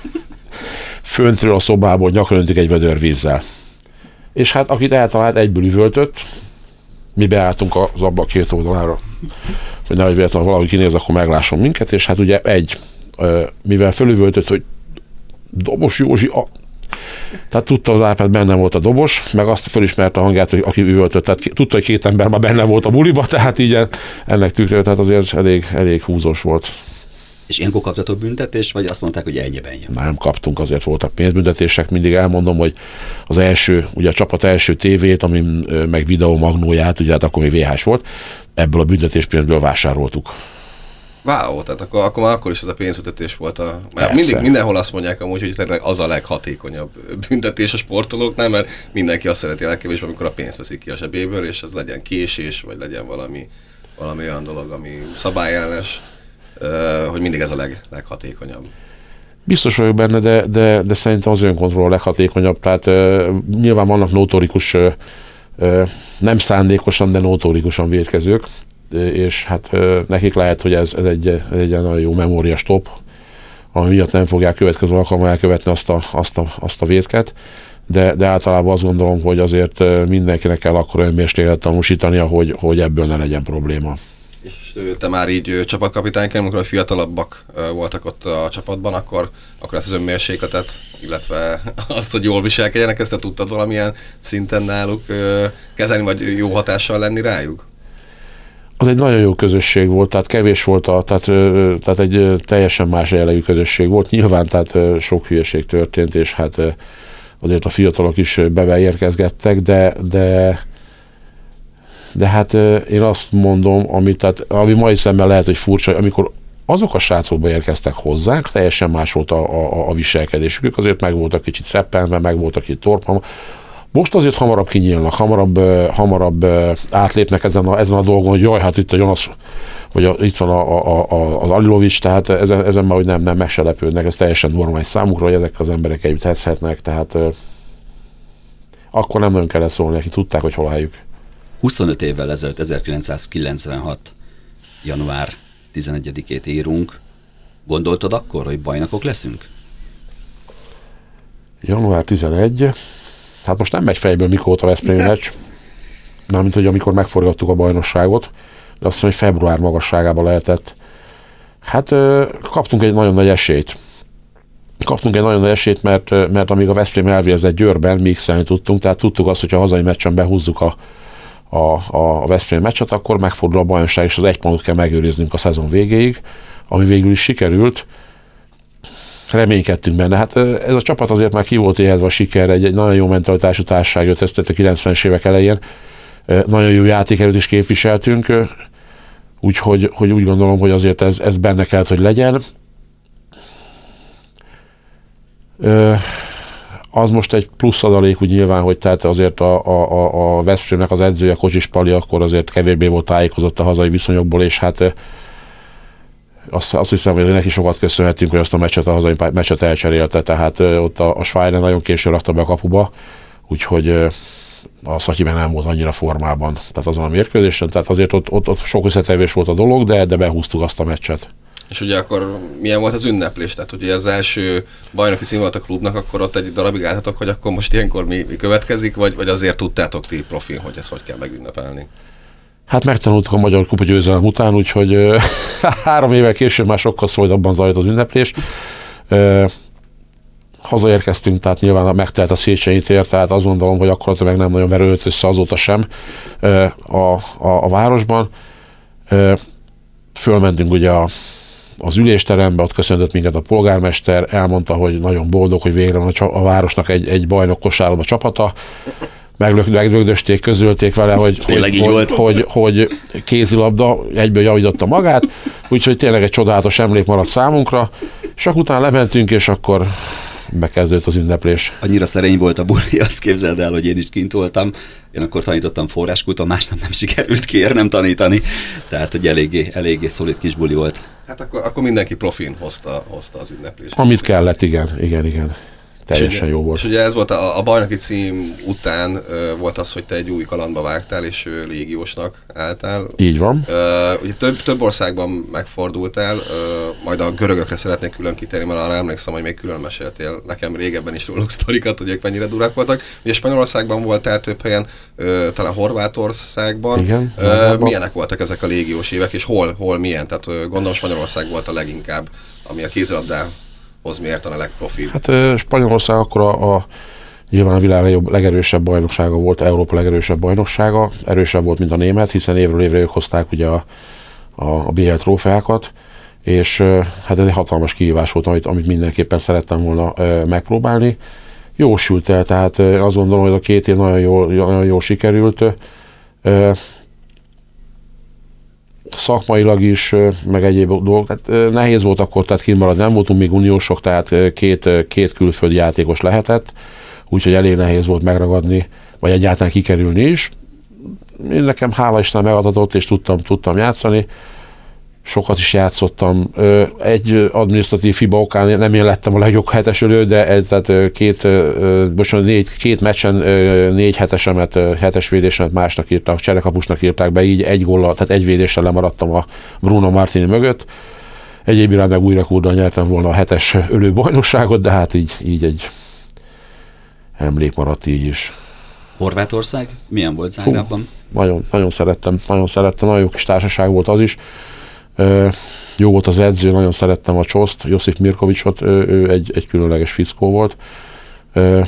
Speaker 3: föntről a szobából gyakran öntik egy vödör vízzel. És hát akit eltalált, egyből üvöltött, mi beálltunk az ablak két oldalára, hogy nehogy véletlenül valahogy kinéz, akkor meglásson minket, és hát ugye egy, mivel fölüvöltött, hogy Dobos Józsi, a... tehát tudta az Árpád, benne volt a Dobos, meg azt felismerte a hangját, hogy aki üvöltött, tehát tudta, hogy két ember már benne volt a buliba, tehát így ennek tükrében, tehát azért elég, elég húzós volt.
Speaker 1: És ilyenkor kaptatok büntetést, vagy azt mondták, hogy ennyiben jön?
Speaker 3: Nem kaptunk, azért voltak pénzbüntetések, mindig elmondom, hogy az első, ugye a csapat első tévét, ami meg videó magnóját, ugye hát akkor még vé há es volt, ebből a büntetéspénzből vásároltuk.
Speaker 2: Wow, tehát akkor, akkor már akkor is ez a pénzbüntetés volt. A, mert mindig, mindenhol azt mondják amúgy, hogy az a leghatékonyabb büntetés a sportolóknál, mert mindenki azt szereti legkevésbé, amikor a pénzt veszik ki a zsebéből, és az legyen késés, vagy legyen valami, valami olyan dolog, ami szabályellenes, hogy mindig ez a leg, leghatékonyabb.
Speaker 3: Biztos vagyok benne, de, de, de szerintem az önkontroll a leghatékonyabb. Tehát uh, nyilván vannak notórikus, uh, uh, nem szándékosan, de notorikusan vétkezők, uh, és hát uh, nekik lehet, hogy ez, ez, egy, ez egy nagyon jó memóriastop, ami miatt nem fogják következő alkalommal elkövetni azt a, azt a, azt a vétket, de, de általában azt gondolom, hogy azért mindenkinek kell akkor önmérsékletet tanúsítania, hogy, hogy ebből ne legyen probléma.
Speaker 2: És te már így csapatkapitányként, amikor a fiatalabbak voltak ott a csapatban, akkor, akkor ezt az önmérsékletet, illetve azt, hogy jól viselkedjenek, ezt te tudtad valamilyen szinten náluk kezelni, vagy jó hatással lenni rájuk?
Speaker 3: Az egy nagyon jó közösség volt, tehát kevés volt, a, tehát, tehát egy teljesen más jellegű közösség volt. Nyilván tehát sok hülyeség történt, és hát azért a fiatalok is bebeérkezgettek, de, de de hát én azt mondom, ami, tehát, ami mai szemmel lehet, hogy furcsa, amikor azok a srácok beérkeztek hozzánk, teljesen más volt a, a, a viselkedésük. Ők azért meg voltak kicsit szeppenve, meg voltak kicsit torpam. Most azért hamarabb kinyílnak, hamarabb, hamarabb átlépnek ezen a, ezen a dolgon, hogy jaj, hát itt a Jonas, vagy a, itt van a, a, a, az Alilovics, tehát ezen, ezen már hogy nem, nem meg se lepődnek, ez teljesen normális számukra, hogy ezek az emberek együtthetnek, tehát akkor nem nagyon kellett szólni neki, tudták, hogy hol a helyük.
Speaker 1: huszonöt évvel ezelőtt, ezerkilencszázkilencvenhat. január tizenegyedikét írunk. Gondoltad akkor, hogy bajnokok leszünk?
Speaker 3: január tizenegy. Hát most nem megy fejből, mikor volt a veszprémi meccs. Mármint, hogy amikor megforgattuk a bajnokságot, de azt hiszem, hogy február magasságában lehetett. Hát kaptunk egy nagyon nagy esélyt. Kaptunk egy nagyon nagy esélyt, mert, mert amíg a Veszprém elvérzett Győrben, mi x-elni tudtunk, tehát tudtuk azt, hogy a hazai meccsen behúzzuk a a, a Veszprém meccset, akkor megfordul a bajnokság, és az egy pontot kell megőriznünk a szezon végéig, ami végül is sikerült. Reménykedtünk benne. Hát ez a csapat azért már ki volt éhezve a sikerre, egy, egy nagyon jó mentalitású társaság jött össze a kilencvenes évek elején. Nagyon jó játékerőt is képviseltünk, úgyhogy hogy úgy gondolom, hogy azért ez, ez benne kellett, hogy legyen. Az most egy plusz adalék, úgy nyilván, hogy tehát azért a, a, a Veszprémnek az edzője, Kocsis Pali, akkor azért kevésbé volt tájékozott a hazai viszonyokból, és hát azt, azt hiszem, hogy neki sokat köszönhetünk, hogy azt a meccset, a hazai meccset elcserélte, tehát ott a, a Schweider nagyon későn rakta be a kapuba, úgyhogy a Szatyiben nem volt annyira formában, tehát azon a mérkőzésen, tehát azért ott, ott, ott sok összetevés volt a dolog, de, de behúztuk azt a meccset.
Speaker 2: És ugye akkor milyen volt az ünneplés? Tehát ugye az első bajnoki cím volt a klubnak, akkor ott egy darabig álltatok, hogy akkor most ilyenkor mi, mi következik, vagy, vagy azért tudtátok ti profin, hogy ezt hogy kell megünnepelni?
Speaker 3: Hát megtanultuk a Magyar Kupa győzelem után, úgyhogy három évvel később már sokkal szolidabban zajlott az ünneplés. Hazaérkeztünk, tehát nyilván megtelt a Széchenyi tér, tehát azt gondolom, hogy akkor meg nem nagyon verődött össze azóta sem a, a, a városban. Fölmentünk ugye a az ülésterembe, ott köszöntött minket a polgármester, elmondta, hogy nagyon boldog, hogy végre van a, a városnak egy, egy bajnok kosárlabda csapata. Meglögdösték, közölték vele, hogy, hogy, hogy, hogy, hogy kézilabda, egyből javította magát, úgyhogy tényleg egy csodálatos emlék maradt számunkra, és akkor utána lementünk, és akkor bekezdődött az ünneplés.
Speaker 1: Annyira szerény volt a buli, azt képzeld el, hogy én is kint voltam. Én akkor tanítottam forráskúton, másnap nem sikerült kérnem tanítani, tehát hogy eléggé, eléggé szolid kis buli volt.
Speaker 2: Hát akkor, akkor mindenki profin hozta, hozta az ünneplést.
Speaker 3: Amit kellett, igen, igen, igen. teljesen
Speaker 2: ugye,
Speaker 3: jó volt.
Speaker 2: És ugye ez volt a, a bajnoki cím után ö, volt az, hogy te egy új kalandba vágtál, és ö, légiósnak álltál.
Speaker 3: Így van.
Speaker 2: Ö, ugye több, több országban megfordultál, ö, majd a görögökre szeretnék külön kitérni, mert arra emlékszem, hogy még külön meséltél nekem régebben is róluk sztorikat, hogy ők mennyire durák voltak. Ugye Spanyolországban voltál több helyen, ö, talán Horvátországban.
Speaker 3: Igen,
Speaker 2: ö, milyenek voltak ezek a légiós évek, és hol, hol milyen? Tehát ö, gondolom Spanyolország volt a leginkább, ami a kézilabdához mérten a legprofibb.
Speaker 3: Hát Spanyolország akkor a, a nyilván a világ legjobb, legerősebb bajnoksága volt, Európa legerősebb bajnoksága, erősebb volt, mint a német, hiszen évről évre ők hozták ugye a, a, a bé el trófeákat, és hát ez egy hatalmas kihívás volt, amit, amit mindenképpen szerettem volna megpróbálni. Jó sült el, tehát azt gondolom, hogy a két év nagyon jól, nagyon jól sikerült. Szakmailag is, meg egyéb dolgok. Tehát nehéz volt akkor, tehát kimaradni, nem voltunk még uniósok, tehát két, két külföldi játékos lehetett, úgyhogy elég nehéz volt megragadni, vagy egyáltalán kikerülni is. Én nekem hála Isten megadatott, és tudtam, tudtam játszani. Sokat is játszottam. Egy adminisztratív hiba okán nem én lettem a legjobb hetesölő, de ez, tehát két, most négy, két meccsen négy hetesemet, hetes védésemet másnak írták, cserekapusnak írták be, így egy góllal, tehát egy védéssel lemaradtam a Bruno Martini mögött. Egyéb irány meg újra kurda nyertem volna a hetes ölőbajnokságot, de hát így, így egy emlék maradt így is.
Speaker 1: Horvátország? Milyen volt Zágrában?
Speaker 3: Nagyon, nagyon szerettem, nagyon szerettem, nagyon jó kis társaság volt az is. Uh, jó volt az edző, nagyon szerettem a Csoszt, Josip Mirkovicsot, ő, ő egy, egy különleges fickó volt. Uh,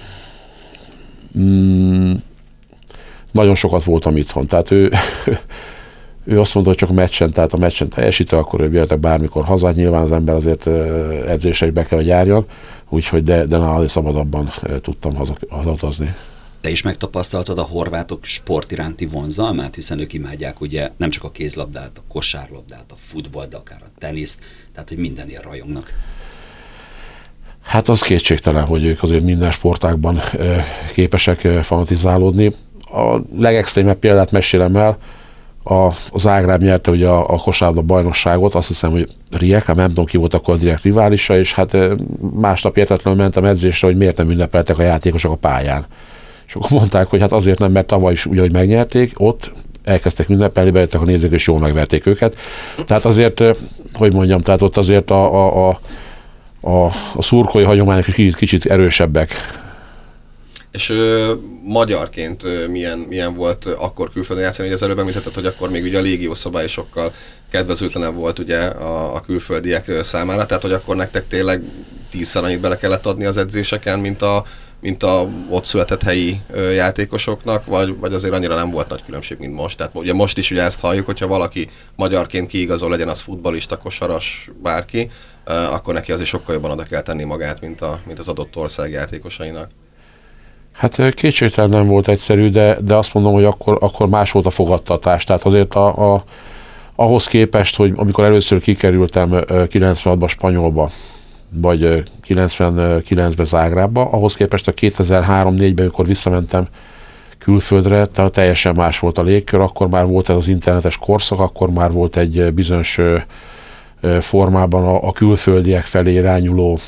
Speaker 3: mm, nagyon sokat voltam itthon, tehát ő, ő azt mondta, hogy csak a meccsen, tehát a meccsen teljesítő, akkor ő jöttek bármikor haza, nyilván az ember azért uh, edzésre be kell, hogy járjon, úgyhogy de, de nála szabadabban uh, tudtam hazautazni.
Speaker 1: Te is megtapasztaltad a horvátok sport iránti vonzalmát, hiszen ők imádják ugye nem csak a kézlabdát, a kosárlabdát, a futballt, de akár a teniszt, tehát hogy mindenért rajongnak.
Speaker 3: Hát az kétségtelen, hogy ők azért minden sportágban képesek fanatizálódni. A legextrémebb példát mesélem el, a, a Zágráb nyerte ugye a, a kosárlabda bajnokságot, azt hiszem, hogy Rijeka, nem tudom ki volt akkor a direkt riválisa, és hát másnap értetlenül mentem edzésre, hogy miért nem ünnepeltek a játékosok a pályán. És akkor mondták, hogy hát azért nem, mert tavaly is ugyanúgy megnyerték, ott elkezdtek ünnepelni, bejöttek a nézők, és jól megverték őket. Tehát azért, hogy mondjam, tehát ott azért a, a, a, a, a szurkolói hagyományok kicsit, kicsit erősebbek.
Speaker 2: És ö, magyarként ö, milyen, milyen volt akkor külföldön játszani, hogy az előbb említetted, hogy akkor még ugye a légiószabály sokkal kedvezőtlenebb volt ugye a, a külföldiek számára, tehát hogy akkor nektek tényleg tízszer annyit bele kellett adni az edzéseken, mint a mint a ott született helyi ö, játékosoknak, vagy, vagy azért annyira nem volt nagy különbség, mint most. Tehát ugye most is ugye ezt halljuk, hogyha valaki magyarként kiigazol, legyen az futballista, kosaras, bárki, ö, akkor neki azért sokkal jobban oda kell tenni magát, mint, a, mint az adott ország játékosainak.
Speaker 3: Hát kétségtelen nem volt egyszerű, de, de azt mondom, hogy akkor, akkor más volt a fogadtatás. Tehát azért a, a, ahhoz képest, hogy amikor először kikerültem kilencvenhatban Spanyolba, vagy kilencvenkilencben Zágrábba, ahhoz képest a kétezer-három-négyben, amikor visszamentem külföldre, tehát teljesen más volt a légkör, akkor már volt ez az internetes korszak, akkor már volt egy bizonyos formában a, a külföldiek felé irányuló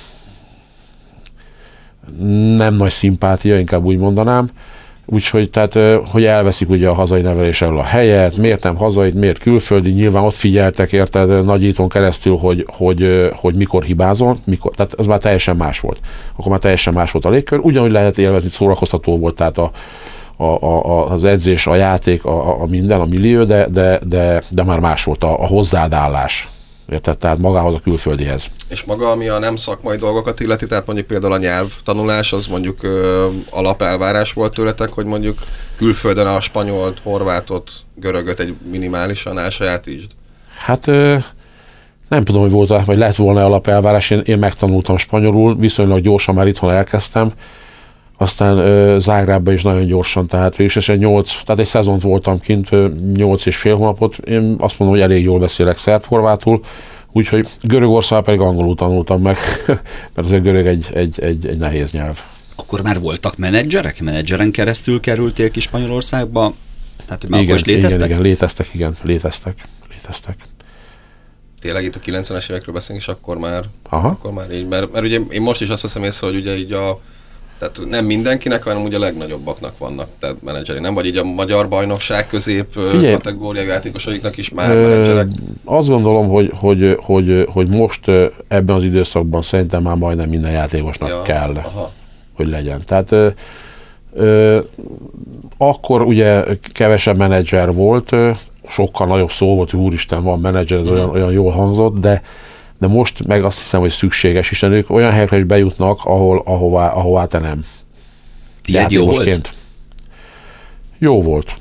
Speaker 3: nem nagy szimpátia, inkább úgy mondanám. Úgyhogy tehát, hogy elveszik ugye a hazai nevelés elől a helyet, miért nem hazai, miért külföldi, nyilván ott figyeltek, érted, nagyítón keresztül, hogy, hogy, hogy mikor hibázol, mikor, tehát az már teljesen más volt. Akkor már teljesen más volt a légkör, ugyanúgy lehet élvezni, szórakoztató volt, tehát a, a, a, az edzés, a játék, a, a minden, a millió, de, de, de, de már más volt a, a hozzáállás. Érted? Tehát magához a külföldihez.
Speaker 2: És maga, ami a nem szakmai dolgokat illeti, tehát mondjuk például a nyelvtanulás, az mondjuk ö, alapelvárás volt tőletek, hogy mondjuk külföldön a spanyolt, horvátot, görögöt egy minimálisan elsajátítsd?
Speaker 3: Hát ö, nem tudom, hogy volt, vagy lett volna alapelvárás, én, én megtanultam spanyolul, viszonylag gyorsan már itthon elkezdtem, aztán ö, Zágrábban is nagyon gyorsan, tehát végülis nyolc, tehát egy szezont voltam kint, nyolc és fél hónapot, én azt mondom, hogy elég jól beszélek szerb-horvátul, úgyhogy Görögország pedig angolul tanultam meg, mert azért görög egy, egy, egy, egy nehéz nyelv.
Speaker 1: Akkor már voltak menedzserek? Menedzseren keresztül kerültél ki Spanyolországba? Tehát, hogy már
Speaker 3: igen,
Speaker 1: most léteztek?
Speaker 3: Igen, igen, léteztek, igen, léteztek, léteztek.
Speaker 2: Tényleg itt a kilencvenes évekről beszélünk, és akkor már,
Speaker 3: Aha.
Speaker 2: akkor már így, mert, mert ugye én most is azt veszem észre, hogy ugye így a, tehát nem mindenkinek, hanem ugye a legnagyobbaknak vannak, tehát menedzseri, nem? Vagy így a magyar bajnokság közép Figyelj, kategóriai játékosaiknak is már ö, menedzserek?
Speaker 3: Azt gondolom, hogy, hogy, hogy, hogy most ebben az időszakban szerintem már majdnem minden játékosnak ja, kell, aha. hogy legyen. Tehát ö, ö, akkor ugye kevesebb menedzser volt, sokkal nagyobb szó volt, hogy úristen, van menedzser, ez olyan, olyan jól hangzott, de, de most meg azt hiszem, hogy szükséges, hiszen ők olyan helyekre is bejutnak, ahol, ahová, ahová te nem.
Speaker 1: Tiéd jó volt?
Speaker 3: Jó volt.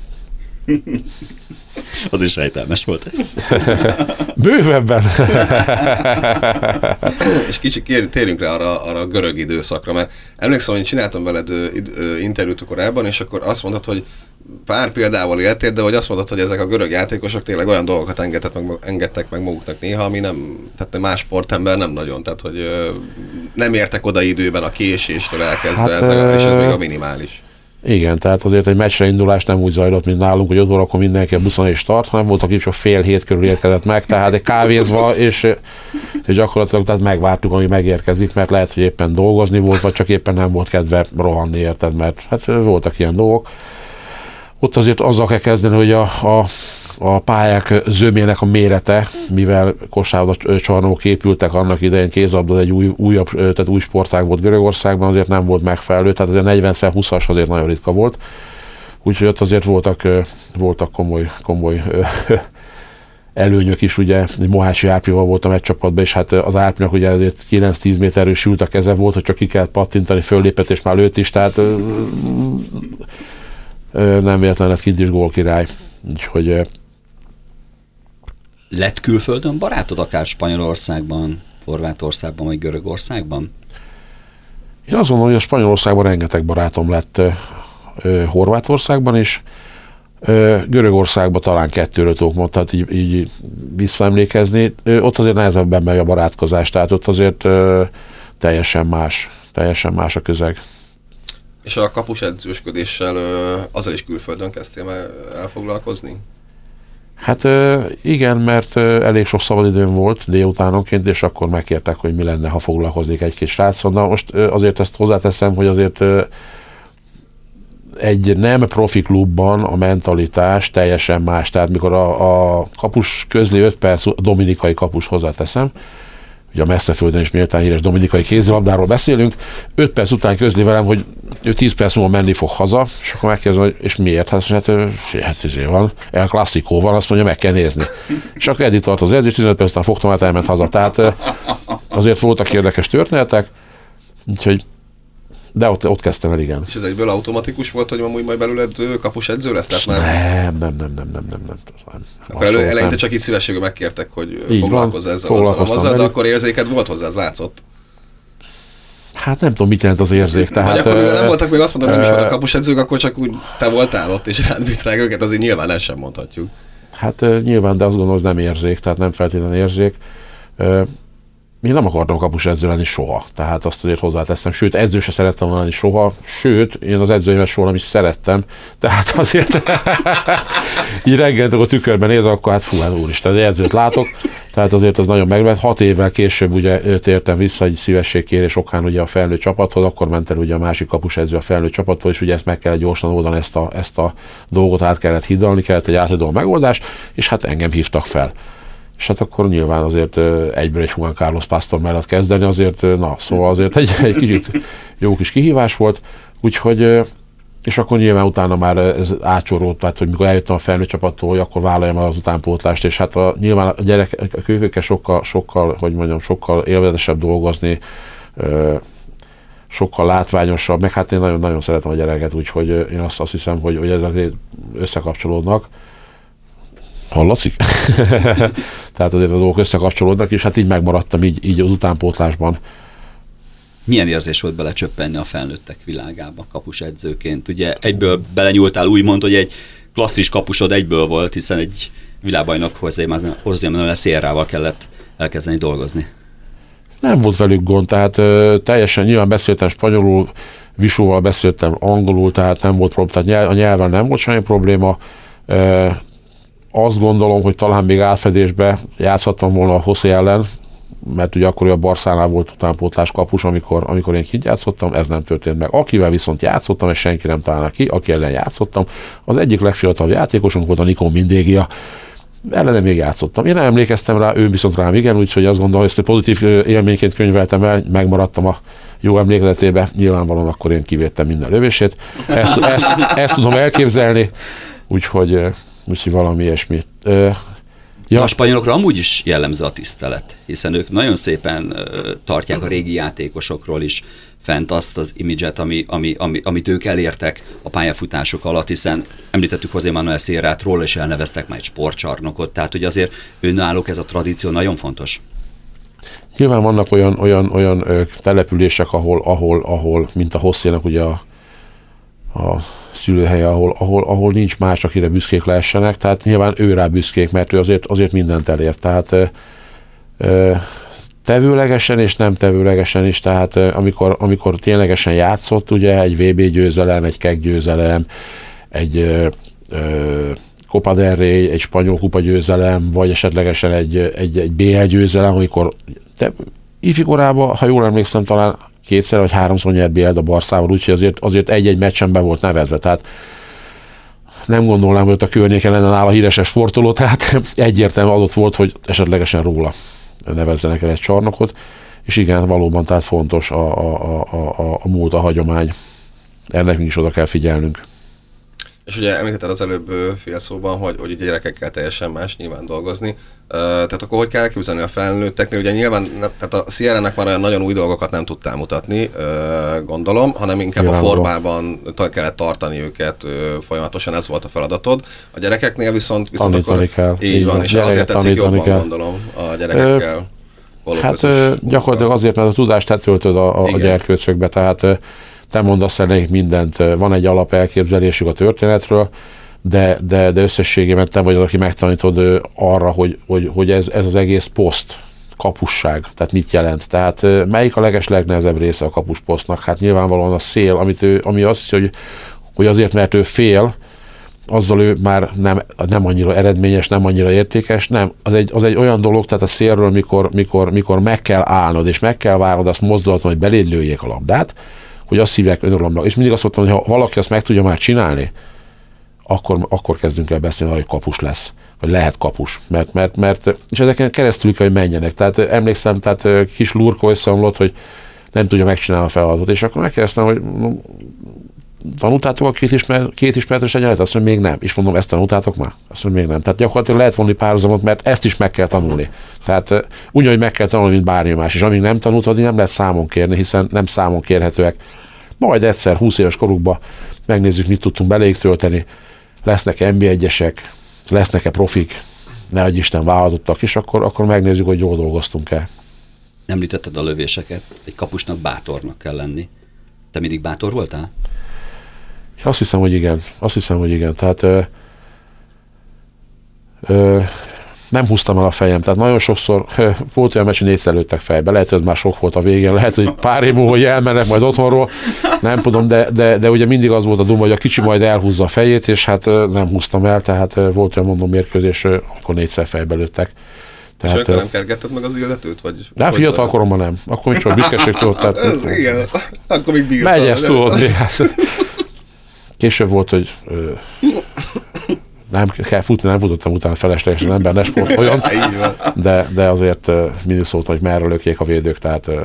Speaker 1: Az is rejtelmes volt.
Speaker 3: Bővebben.
Speaker 2: És kicsit térjünk rá arra, arra a görög időszakra, mert emlékszem, hogy csináltam veled interjút korábban, és akkor azt mondtad, hogy pár példával éltél, de hogy azt mondod, hogy ezek a görög játékosok tényleg olyan dolgokat engedtek meg, engedtek meg maguknak néha, ami nem, tehát más sportember nem nagyon, tehát hogy ö, nem értek oda időben a késéstől elkezdve, hát, ezek, és ez még a minimális.
Speaker 3: Igen, tehát azért egy meccsre indulás nem úgy zajlott, mint nálunk, hogy öt órakor mindenki a buszon és tart, hanem volt, aki csak fél hét körül érkezett meg, tehát egy kávézva, és, és gyakorlatilag tehát megvártuk, ami megérkezik, mert lehet, hogy éppen dolgozni volt, vagy csak éppen nem volt kedve rohanni, érted, mert hát voltak ilyen dolgok. Ott azért azzal kell kezdeni, hogy a, a, a pályák zömének a mérete, mivel kosárlabda csarnokok épültek annak idején, kézlabda egy új, újabb, tehát új sportág volt Görögországban, azért nem volt megfelelő, tehát azért negyven húszas azért nagyon ritka volt. Úgyhogy ott azért voltak, voltak komoly, komoly előnyök is, ugye, Mohácsi Árpival voltam egy csapatban, és hát az Árpinak ugye azért kilenc-tíz méterről sült a keze volt, hogy csak ki kellett pattintani, föllépett, és már lőtt is, tehát nem véletlenül lett kint is gólkirály. Úgyhogy...
Speaker 1: Lett külföldön barátod, akár Spanyolországban, Horvátországban, vagy Görögországban?
Speaker 3: Én azt gondolom, hogy a Spanyolországban rengeteg barátom lett, Horvátországban is, Görögországban talán kettőről tudok mondani, tehát így, így visszaemlékezni. Ott azért nehezebben megy a barátkozás, tehát ott azért teljesen más, teljesen más a közeg.
Speaker 2: És a kapus edzősködéssel azzal is külföldön kezdtél el foglalkozni?
Speaker 3: Hát igen, mert elég sok szabadidőm volt délutánonként, és akkor megkértek, hogy mi lenne, ha foglalkoznék egy kis srácon. Na most azért ezt hozzáteszem, hogy azért egy nem profi klubban a mentalitás teljesen más. Tehát mikor a, a kapus közli öt perc, a dominikai kapus hozzáteszem, ugye a Messzeföldön is méltán híres dominikai kézilabdáról beszélünk, öt perc után közli velem, hogy ő tíz perc múlva menni fog haza, és akkor megkérdezem, hogy és miért? Hát, hát, hát izé van, El Clásico van, azt mondja, meg kell nézni. És akkor eddig tart az edzés, tizenöt perc után fogtam, hát elment haza. Tehát azért voltak érdekes történetek, úgyhogy de ott, ott kezdtem el, igen.
Speaker 2: És ez egyből automatikus volt, hogy amúgy majd belőled kapus edző lesz? Tehát már...
Speaker 3: Nem, nem, nem, nem, nem, nem, nem. nem.
Speaker 2: Akkor elő, eleinte nem. Csak így szívességgel megkértek, hogy foglalkozz ezzel, azzal, azzal, de akkor érzéked volt hozzá, ez látszott.
Speaker 3: Hát nem tudom, mit jelent az érzék. Tehát,
Speaker 2: vagy akkor nem voltak még azt mondani, hogy nem is vannak kapusedzők, akkor csak úgy te voltál ott, és rád visznek őket, azért nyilván ezt sem mondhatjuk.
Speaker 3: Hát nyilván, de azt gondolom, az nem érzék, tehát nem feltétlenül érzék. Én nem akartam kapusedző lenni soha, tehát azt azért hozzáteszem, sőt, edző se szerettem volna lenni soha, sőt, én az edzőimet soha nem is szerettem, tehát azért így reggeltől a tükörben néz, akkor hát fú, hát úristen, de edzőt látok, tehát azért az nagyon megvett. Hat évvel később ugye tértem vissza egy szívességkérés okán ugye a felnőtt csapathoz, akkor ment el ugye a másik kapusedző a felnőtt csapattól, és ugye ezt meg kellett gyorsan oldani, ezt a, ezt a dolgot át kellett hidalni, kellett egy áthidaló megoldás, és hát engem hívtak fel. És hát akkor nyilván azért egyből egy Juan Carlos Pastor mellett kezdeni, azért, na, szóval azért egy, egy kicsit jó kis kihívás volt, úgyhogy, és akkor nyilván utána már ez átcsorolt, tehát hogy mikor eljöttem a felnőtt csapattól, hogy akkor vállaljam az utánpótlást, és hát a, nyilván a gyerek, a kölykökkel sokkal, sokkal, hogy mondjam, sokkal élvezetesebb dolgozni, sokkal látványosabb, meg hát én nagyon-nagyon szeretem a gyereket, úgyhogy én azt, azt hiszem, hogy, hogy ezek összekapcsolódnak. Hallatszik? Tehát azért a dolgok összekapcsolódnak, és hát így megmaradtam így, így az utánpótlásban.
Speaker 1: Milyen érzés volt belecsöppenni a felnőttek világába kapusedzőként? Ugye egyből belenyúltál, úgymond, hogy egy klasszis kapusod egyből volt, hiszen egy világbajnok José Manuel Sierrával kellett elkezdeni dolgozni. Nem
Speaker 3: volt velük gond, tehát ö, teljesen nyilván beszéltem spanyolul, Visóval beszéltem angolul, tehát nem volt probléma, tehát nyelv, a nyelven nem volt semmi probléma. Ö, azt gondolom, hogy talán még átfedésbe játszhattam volna a José ellen, mert ugye akkor a Barszánál volt utánpótlás kapus, amikor, amikor én kint játszottam, ez nem történt meg. Akivel viszont játszottam, és senki nem találna ki, aki ellen játszottam, az egyik legfiatalabb játékosunk volt a Nikon Mindégia. Ellene még játszottam. Én nem emlékeztem rá, ő viszont rám igen, úgyhogy azt gondolom, hogy ezt pozitív élményként könyveltem el, megmaradtam a jó emlékezetébe, nyilvánvalóan akkor én kivédtem minden lövését. Ezt, ezt, ezt tudom elképzelni, úgyhogy, úgyhogy valami ilyesmi.
Speaker 1: Ja. A spanyolokra amúgy is jellemző a tisztelet, hiszen ők nagyon szépen uh, tartják a régi játékosokról is fent azt az imidzset, ami, ami, ami, amit ők elértek a pályafutások alatt, hiszen említettük José Manuel Sierrát, róla is elneveztek már egy sportcsarnokot, tehát hogy azért önállók ez a tradíció nagyon fontos.
Speaker 3: Nyilván vannak olyan, olyan, olyan ö, települések, ahol, ahol, ahol, mint a Josénak ugye a, a szülőhelye, ahol, ahol, ahol nincs más, akire büszkék lehessenek, tehát nyilván ő rá büszkék, mert ő azért, azért mindent elért. Tehát ö, ö, tevőlegesen és nem tevőlegesen is, tehát ö, amikor, amikor ténylegesen játszott, ugye egy vé bé győzelem, egy keg győzelem, egy ö, ö, Copa del Rey, egy spanyol kupa győzelem, vagy esetlegesen egy, egy, egy bé el győzelem, amikor de ifikorában, ha jól emlékszem, talán kétszer vagy háromszor nyert bé el a Barszával, úgyhogy azért, azért egy-egy meccsen be volt nevezve, tehát nem gondolnám, hogy ott a környéken lenne nála híres sportoló, tehát egyértelműen adott volt, hogy esetlegesen róla nevezzenek el egy csarnokot, és igen, valóban tehát fontos a, a, a, a, a múlt, a hagyomány. Ennek mi is oda kell figyelnünk.
Speaker 2: És ugye említetted az előbb fél szóban, hogy, hogy ugye gyerekekkel teljesen más nyilván dolgozni. Uh, tehát akkor hogy kell elképzelni a felnőtteknél? Ugye nyilván tehát a Sierrának már olyan nagyon új dolgokat nem tudtál mutatni, uh, gondolom, hanem inkább nyilván a formában kellett tartani őket uh, folyamatosan, ez volt a feladatod. A gyerekeknél viszont, viszont
Speaker 3: tanítani
Speaker 2: akkor
Speaker 3: kell.
Speaker 2: Így van, és azért tetszik jobban, kell. Gondolom, a gyerekekkel.
Speaker 3: Uh, hát uh, gyakorlatilag azért, mert a tudást átöltöd a, a gyerkőcökbe, tehát uh, te mondasz el nekik mindent, van egy alap elképzelésük a történetről, de, de, de összességében te vagy az, aki megtanítod arra, hogy, hogy, hogy ez, ez az egész poszt, kapusság, tehát mit jelent. Tehát melyik a leges legnehezebb része a kapusposztnak? Hát nyilvánvalóan a szél, amit ő, ami azt hiszi, hogy, hogy azért, mert ő fél, azzal ő már nem, nem annyira eredményes, nem annyira értékes, nem. Az egy, az egy olyan dolog, tehát a szélről, mikor, mikor, mikor meg kell állnod, és meg kell várnod azt mozdulaton, hogy beléd lőjék a labdát, hogy azt hívják önuralomnak. És mindig azt mondtam, hogy ha valaki azt meg tudja már csinálni, akkor, akkor kezdünk el beszélni, hogy kapus lesz, vagy lehet kapus. Mert, mert, mert és ezeken keresztül kell, hogy menjenek. Tehát emlékszem, tehát kis Lurko összeomlott, hogy nem tudja megcsinálni a feladatot. És akkor megkérdeztem, hogy tanultátok a két, ismer, két ismeretes egyenlet? Azt mondja, még nem. És mondom, ezt tanultátok már? Azt mondja, még nem. Tehát gyakorlatilag lehet vonni párhuzamot, mert ezt is meg kell tanulni. Tehát ugyanúgy meg kell tanulni, mint bármi más. És amíg nem tanultad, nem lehet számon kérni, hiszen nem számon kérhetőek. Majd egyszer, húsz éves korukban megnézzük, mit tudtunk beléjük tölteni. Lesznek en bé egyesek, lesznek-e profik, nehogy Isten vállalatottak, és akkor, akkor megnézzük, hogy jól dolgoztunk-e.
Speaker 1: Említetted a lövéseket, egy kapusnak bátornak kell lenni. Te mindig bátor voltál?
Speaker 3: Azt hiszem, hogy igen. Azt hiszem, hogy igen. Tehát ö, ö, nem húztam el a fejem. Tehát nagyon sokszor ö, volt olyan meccs, hogy négyszer lőttek fejbe. Lehet, hogy ez már sok volt a végén. Lehet, hogy pár év múlva, hogy elmennek majd otthonról. Nem tudom, de, de, de ugye mindig az volt a duma, hogy a kicsi majd elhúzza a fejét, és hát ö, nem húztam el. Tehát ö, volt olyan mondom mérkőzés, ö, akkor négyszer fejbe lőttek.
Speaker 2: Tehát, és akkor nem kergetted meg az illetőt? Vagy
Speaker 3: de fiatal koromban nem. Akkor még csak büszkeség tudott. Tehát,
Speaker 2: ez, igen, akkor még bírtam.
Speaker 3: Megy ezt tudod. Később volt, hogy ö, nem kell futni, nem futottam utána feleslegesen, ember ne sportoljon, de, de azért ö, mindig szóltam, hogy merre lökjék a védők, tehát ö,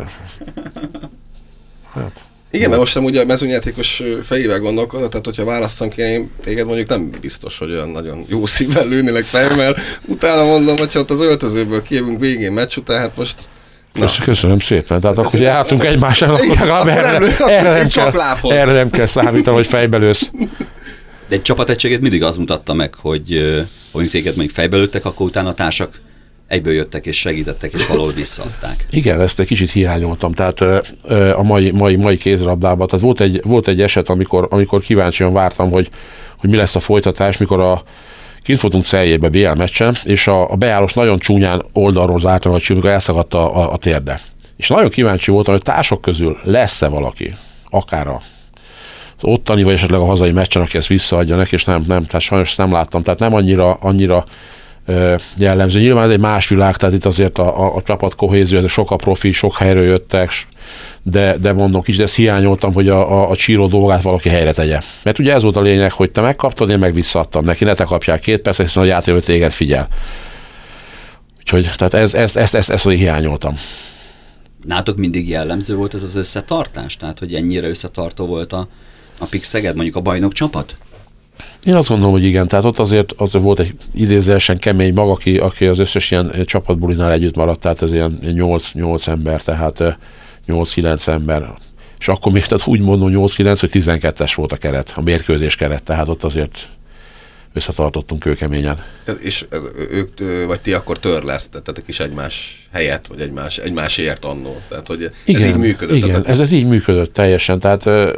Speaker 2: hát. Igen, mert most nem ugye a mezőnyjátékos fejével gondolkodott, tehát hogyha választom kéne, én téged mondjuk nem biztos, hogy olyan nagyon jó szívvel lőnélek fejbe, mert utána mondom, hogyha ott az öltözőből kijövünk végén meccs után, hát most
Speaker 3: na. Köszönöm szépen. Tehát hát akkor, hogy játszunk egymásra, akkor legalább erre, erre, nem kell, erre nem kell számítani, hogy fejbe lősz.
Speaker 1: De egy csapategységet mindig az mutatta meg, hogy amíg téged még fejbe lőttek, akkor utána a társak egyből jöttek és segítettek, és valahol visszaadták.
Speaker 3: Igen, ezt egy kicsit hiányoltam. Tehát a mai, mai, mai kézilabdában. Tehát volt egy, volt egy eset, amikor, amikor kíváncsian vártam, hogy, hogy mi lesz a folytatás, mikor a kint voltunk Celjébe bé el meccsen, és a, a beállós nagyon csúnyán oldalról zártam, vagy amikor elszakadt a, a, a térde. És nagyon kíváncsi voltam, hogy társak közül lesz-e valaki, akár a, ottani, vagy esetleg a hazai meccsen, aki ezt visszaadja neki, és nem, nem, tehát sajnos ezt nem láttam. Tehát nem annyira, annyira ö, jellemző. Nyilván ez egy más világ, tehát itt azért a, a, a csapat kohézió, ez sok a profi, sok helyről jöttek, de, de mondom, kicsit ezt hiányoltam, hogy a, a, a csíró dolgát valaki helyre tegye. Mert ugye ez volt a lényeg, hogy te megkaptad, én meg visszaadtam neki, ne te kapják két percet, hiszen a játékos téged figyel. Úgyhogy tehát ez, ezt, ezt, ezt, ezt, ezt hiányoltam.
Speaker 1: Nátok mindig jellemző volt ez az összetartás? Tehát, hogy ennyire összetartó volt a, a Pix Szeged, mondjuk a bajnok csapat?
Speaker 3: Én azt gondolom, hogy igen. Tehát ott azért, azért volt egy idézősen kemény mag, aki, aki az összes ilyen csapatbulinál együtt maradt, tehát ez ilyen nyolc ember, tehát nyolc-kilenc ember. És akkor még tehát úgy mondom nyolc-kilenc, hogy tizenkettes volt a keret, a mérkőzés keret, tehát ott azért összetartottunk kőkeményen.
Speaker 2: És ez, ők, vagy ti akkor törlesztettetek is egymás helyet, vagy egymás, egymásért annó. Tehát, hogy
Speaker 3: igen,
Speaker 2: ez így működött.
Speaker 3: Igen,
Speaker 2: tehát,
Speaker 3: ez, ez így működött teljesen. Tehát uh,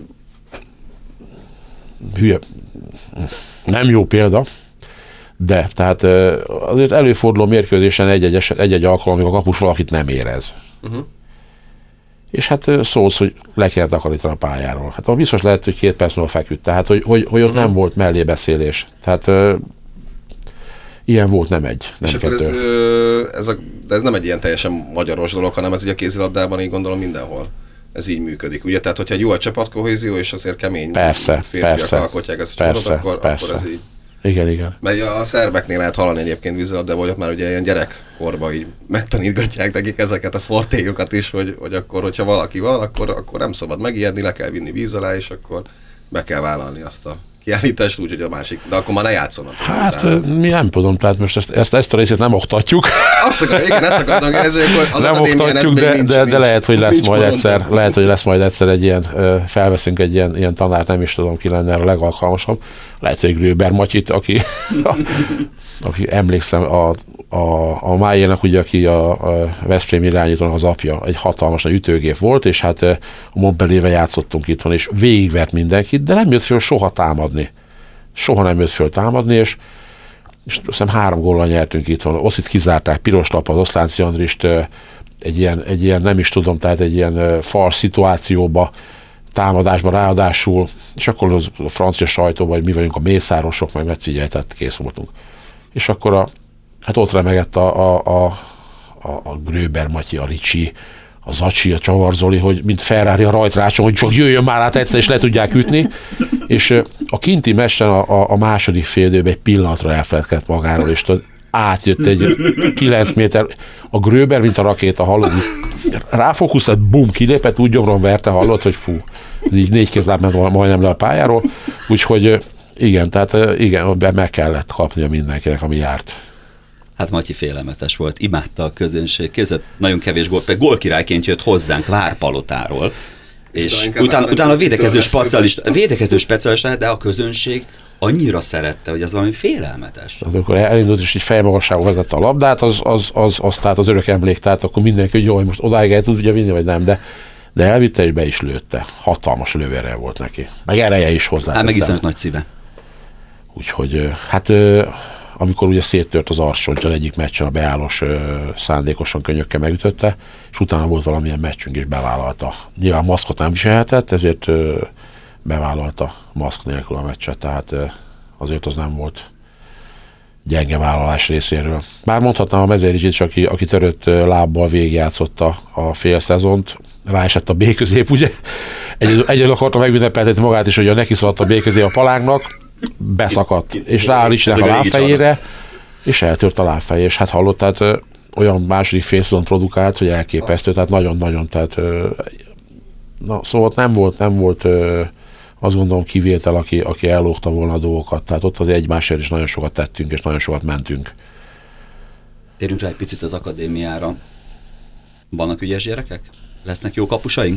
Speaker 3: hülye, nem jó példa, de tehát uh, azért előforduló mérkőzésen egy-egy, eset, egy-egy alkalom, amikor a kapus valakit nem érez. Uh-huh. És hát szólsz, hogy le kell takarítani a pályáról. Hát abban biztos lehet, hogy két perc múlva feküdt. Tehát, hogy, hogy, hogy ott uh-huh. nem volt mellébeszélés. Tehát uh, ilyen volt, nem egy, nem
Speaker 2: és
Speaker 3: kettő.
Speaker 2: Ez, ez, a, ez nem egy ilyen teljesen magyaros dolog, hanem ez így a kézilabdában így gondolom mindenhol. Ez így működik. Ugye, tehát hogyha jó a csapatkohézió, és azért kemény
Speaker 3: persze,
Speaker 2: férfiak
Speaker 3: persze,
Speaker 2: alkotják ezt a csapatot, akkor,
Speaker 3: persze.
Speaker 2: akkor ez így.
Speaker 3: Igen, igen.
Speaker 2: Mert a szerbeknél lehet hallani egyébként vízilabdában, hogy ott már ugye ilyen gyerekkorban így megtanítgatják nekik ezeket a fortélyokat is, hogy, hogy akkor, hogyha valaki van, akkor, akkor nem szabad megijedni, le kell vinni víz alá, és akkor be kell vállalni azt a kiállítást úgy, hogy a másik, de akkor már ne játszanak.
Speaker 3: Hát utána. Mi nem tudom, tehát most ezt, ezt, ezt a részét nem oktatjuk.
Speaker 2: Azt akar, igen, ezt akartam kérdezni, hogy az
Speaker 3: nem oktatjuk, de, nincs, de, nincs, de lehet, hogy lesz majd egyszer, lehet, hogy lesz majd egyszer egy ilyen, felveszünk egy ilyen, ilyen tanárt, nem is tudom, ki lenne erre a legalkalmasabb. Lehet, hogy Gröber Matyit, aki, aki emlékszem, a, a, a Májének, ugye, aki a, a Veszprém irányítónak az apja, egy hatalmas nagy ütőgép volt, és hát a Montpelliervel játszottunk itthon, és végigvert mindenkit, de nem jött föl soha támadni. Soha nem jött föl támadni, és, és azt hiszem három góllal nyertünk itthon. Oszit kizárták, piros lap az Oszlánci Andrist egy ilyen, egy ilyen, nem is tudom, tehát egy ilyen fals szituációba, támadásban ráadásul, és akkor az a francia sajtó, vagy mi vagyunk a mészárosok, meg megfigyelj, tehát kész voltunk. És akkor a, hát ott remegett a, a, a, a, a Gröber Matyi, a Ricsi, a Zacsi, a Csavarzoli, hogy mint Ferrari a rajtrácson, hogy csak jöjjön már át egyszer, és le tudják ütni. És a kinti meccsen a, a, a második fél időben egy pillanatra elfeledkezett magáról, és tudod, átjött egy kilenc méter, a Gröber, mint a rakéta, hallod, ráfókuszált, bum, kilépett, úgy gyomron verte, hallod, hogy fú, így négy kézláb ment majdnem le a pályáról, úgyhogy igen, tehát igen, meg kellett kapnia mindenkinek, ami járt.
Speaker 1: Hát Matyi félelmetes volt, imádta a közönség, kézett nagyon kevés gól, pedig gólkirályként jött hozzánk Várpalotáról, és utána, utána a védekező specialista, védekező specialista, de a közönség annyira szerette, hogy az valami félelmetes.
Speaker 3: Az, amikor elindult, és így fejmagasságú vezette a labdát, az, az, az, az, tehát az örök emlék, tehát akkor mindenki, hogy jó, hogy most odáig el tudja vinni, vagy nem, de, de elvitte, és be is lőtte. Hatalmas lövőre volt neki. Meg ereje is hozzá.
Speaker 1: Hát meg iszonyat nagy szíve.
Speaker 3: Úgyhogy, hát amikor ugye széttört az arcsontja egyik meccsen, a beállós szándékosan könnyökkel megütötte, és utána volt valamilyen meccsünk, és bevállalta. Nyilván maszkot nem viselhetett, ezért bevállalta maszk nélkül a meccset, tehát azért az nem volt gyenge vállalás részéről. Bár mondhatnám a Mezerics, aki, aki törött lábbal végigjátszotta a fél szezont, ráesett a B-közép, ugye? Egyedül, egyedül akarta megünnepeltetni magát is, hogy neki szaladt a B-közép a palánknak, beszakadt, és rá is a lábfejére, és eltört a lábfej, és hát hallott, tehát ö, olyan második félszezont produkált, hogy elképesztő, tehát nagyon-nagyon, tehát ö, na, szóval nem volt, nem volt ö, azt gondolom kivétel, aki, aki ellógta volna a dolgokat, tehát ott az egymásért is nagyon sokat tettünk, és nagyon sokat mentünk.
Speaker 1: Térjünk rá egy picit az akadémiára. Vannak ügyes gyerekek? Lesznek jó kapusaink?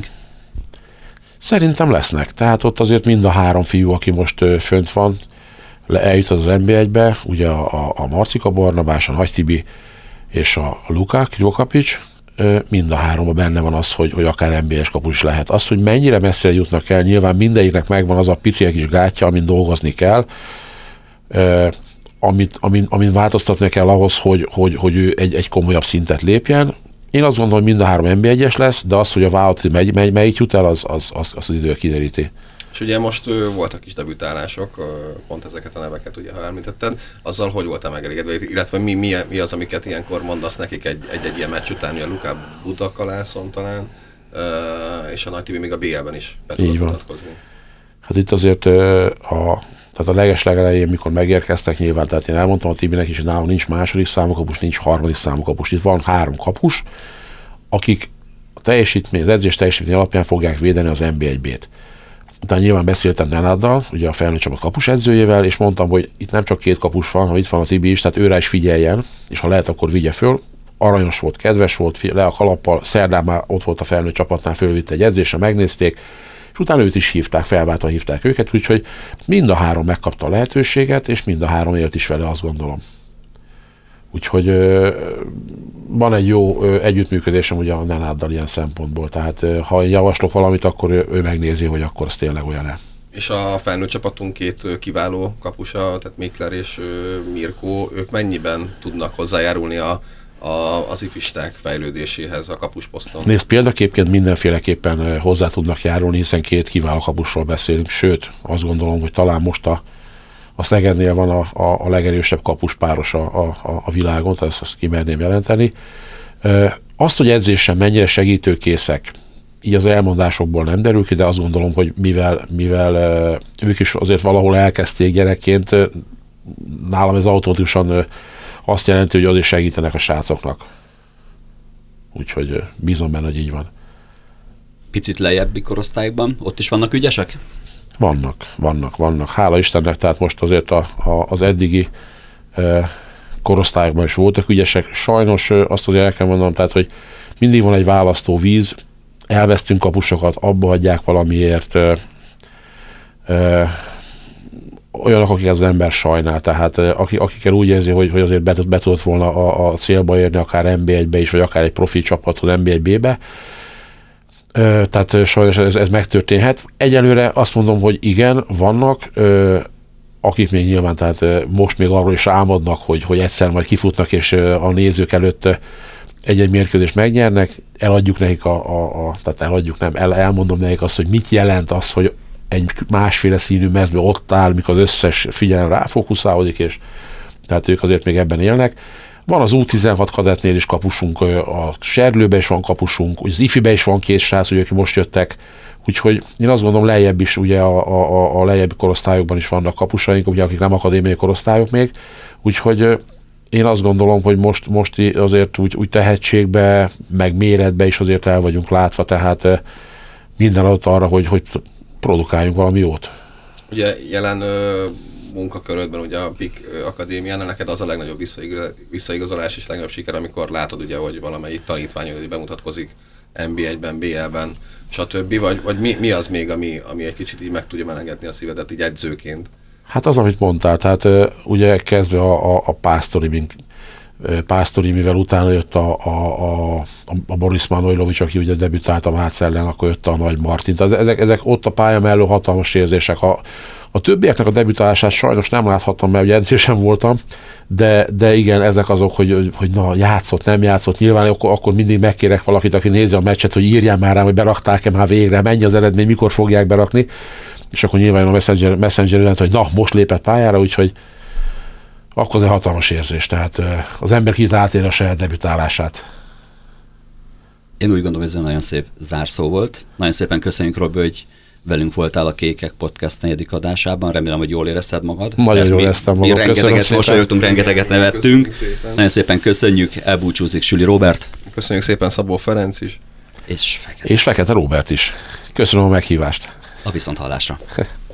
Speaker 3: Szerintem lesznek. Tehát ott azért mind a három fiú, aki most ö, fönt van, eljutott az en bé egybe, ugye a, a, a Marcika Barnabás, a Nagy Tibi és a Lukák, Jokapics, ö, mind a háromban benne van az, hogy, hogy akár en bé es kapus is lehet. Az, hogy mennyire messzire jutnak el, nyilván mindegyiknek megvan az a pici kis gátja, amin dolgozni kell, ö, amit, amin, amin változtatni kell ahhoz, hogy, hogy, hogy ő egy, egy komolyabb szintet lépjen. Én azt gondolom, hogy mind a három en bé egyes lesz, de az, hogy a vállalat megy, megy, melyik jut el, az az, az, az, az idő kideríti.
Speaker 2: És ugye most ö, voltak is debütálások, ö, pont ezeket a neveket ugye, ha említetted, azzal hogy voltál megelégedve, illetve mi, mi, mi az, amiket ilyenkor mondasz nekik egy-egy ilyen meccs után, ugye a Luka Budakalászon talán, ö, és a Nagy Tibi még a bé el-ben is be tudott mutatkozni.
Speaker 3: Hát itt azért ö, a Tehát a legeslegelején, mikor megérkeztek nyilván, tehát én elmondtam a Tibinek is, hogy nálam nincs második számú kapus, nincs harmadik számú kapus. Itt van három kapus, akik a teljesítmény, az edzés teljesítmény alapján fogják védeni az en bé egy bé-t. Utána nyilván beszéltem Nenáddal, ugye a felnőtt csapat kapus edzőjével, és mondtam, hogy itt nem csak két kapus van, ha itt van a Tibi is, tehát őre is figyeljen, és ha lehet, akkor vigye föl. Aranyos volt, kedves volt, le a kalappal, szerdán már ott volt a felnőtt csapatnál, fölvitte egy edzésre, megnézték, és utána őt is hívták, felváltva hívták őket, úgyhogy mind a három megkapta a lehetőséget, és mind a három élt is vele, azt gondolom. Úgyhogy ö, van egy jó ö, együttműködésem ugye a Nenáddal ilyen szempontból, tehát ö, ha javaslok valamit, akkor ő, ő megnézi, hogy akkor az tényleg olyan-e.
Speaker 2: És a felnőtt csapatunk két kiváló kapusa, tehát Mikler és Mirkó, ők mennyiben tudnak hozzájárulni a A, az ifisták fejlődéséhez a kapusposzton?
Speaker 3: Nézd, példaképként mindenféleképpen hozzá tudnak járulni, hiszen két kiváló kapusról beszélünk, sőt, azt gondolom, hogy talán most a, a Szegednél van a, a, a legerősebb kapuspáros a, a, a világon, tehát ezt, ezt kimerném jelenteni. Azt, hogy edzésen mennyire segítőkészek, így az elmondásokból nem derül ki, de azt gondolom, hogy mivel, mivel ők is azért valahol elkezdték gyerekként, nálam ez automatikusan azt jelenti, hogy azért segítenek a srácoknak. Úgyhogy bízom benne, hogy így van.
Speaker 1: Picit lejjebbi korosztályban, ott is vannak ügyesek?
Speaker 3: Vannak, vannak, vannak. Hála Istennek, tehát most azért a, a, az eddigi e, korosztályokban is voltak ügyesek. Sajnos e, azt azért el kell mondanom, tehát, hogy mindig van egy választó víz, elvesztünk kapusokat, abba hagyják valamiért, e, e, olyanok, akik az ember sajnál, tehát akikkel úgy érzi, hogy, hogy azért be, be tudott volna a, a célba érni, akár en bé egybe is, vagy akár egy profi csapathoz en bé egy bé-be. Tehát sajnos ez, ez megtörténhet. Egyelőre azt mondom, hogy igen, vannak, akik még nyilván, tehát most még arról is álmodnak, hogy, hogy egyszer majd kifutnak, és a nézők előtt egy-egy mérkőzést megnyernek, eladjuk nekik a, a, a tehát eladjuk, nem, el, elmondom nekik azt, hogy mit jelent az, hogy egy másféle színű mezbe ott áll, mikor az összes figyelem ráfókuszálódik, és tehát ők azért még ebben élnek. Van az U tizenhat kadettnél is kapusunk, a Serlőbe is van kapusunk, az ifibe is van két srác, ugye, akik most jöttek, úgyhogy én azt gondolom lejjebb is, ugye a, a, a lejjebb korosztályokban is vannak kapusaink, ugye, akik nem akadémiai korosztályok még, úgyhogy én azt gondolom, hogy most, most azért úgy, úgy tehetségbe, meg méretbe is azért el vagyunk látva, tehát minden adott arra, hogy, hogy produkáljunk valami jót.
Speaker 2: Ugye jelen ö, munkakörödben, ugye a pé i ká Akadémián, neked az a legnagyobb visszaigazolás és legnagyobb siker, amikor látod, ugye, hogy valamelyik tanítványod bemutatkozik en bé egyben, bé el-ben, stb. Vagy, vagy mi, mi az még, ami, ami egy kicsit így meg tudja melengetni a szívedet így edzőként?
Speaker 3: Hát az, amit mondtál, tehát ugye kezdve a, a, a Pásztori, mint Pásztori, mivel utána jött a, a, a, a Boris Manojlovics, aki ugye debütált a Vác ellen, akkor jött a Nagy Martin. Tehát ezek, ezek ott a pálya mellő hatalmas érzések. A, a többieknek a debütálását sajnos nem láthattam, mert ugye edzésen voltam, de, de igen, ezek azok, hogy, hogy na, játszott, nem játszott. Nyilván akkor, akkor mindig megkérek valakit, aki nézi a meccset, hogy írjál már rám, hogy berakták-e már végre, mennyi az eredmény, mikor fogják berakni. És akkor nyilván a Messenger, Messenger jelent, hogy na, most lépett pályára, úgyhogy akkor az egy hatalmas érzés. Tehát az ember kicsit átér a saját debütálását.
Speaker 1: Én úgy gondolom, hogy ez egy nagyon szép zárszó volt. Nagyon szépen köszönjük, Robi, hogy velünk voltál a Kékek Podcast negyedik adásában. Remélem, hogy jól érezted magad.
Speaker 3: Nagyon jól éreztem magam.
Speaker 1: Mi rengeteget mosolyogtunk, rengeteget nevettünk. Szépen. Nagyon szépen köszönjük. Elbúcsúzik Süli Róbert.
Speaker 2: Köszönjük szépen Szabó Ferenc is.
Speaker 1: És Fekete.
Speaker 3: És Fekete Róbert is. Köszönöm a meghívást.
Speaker 1: A viszonthallásra.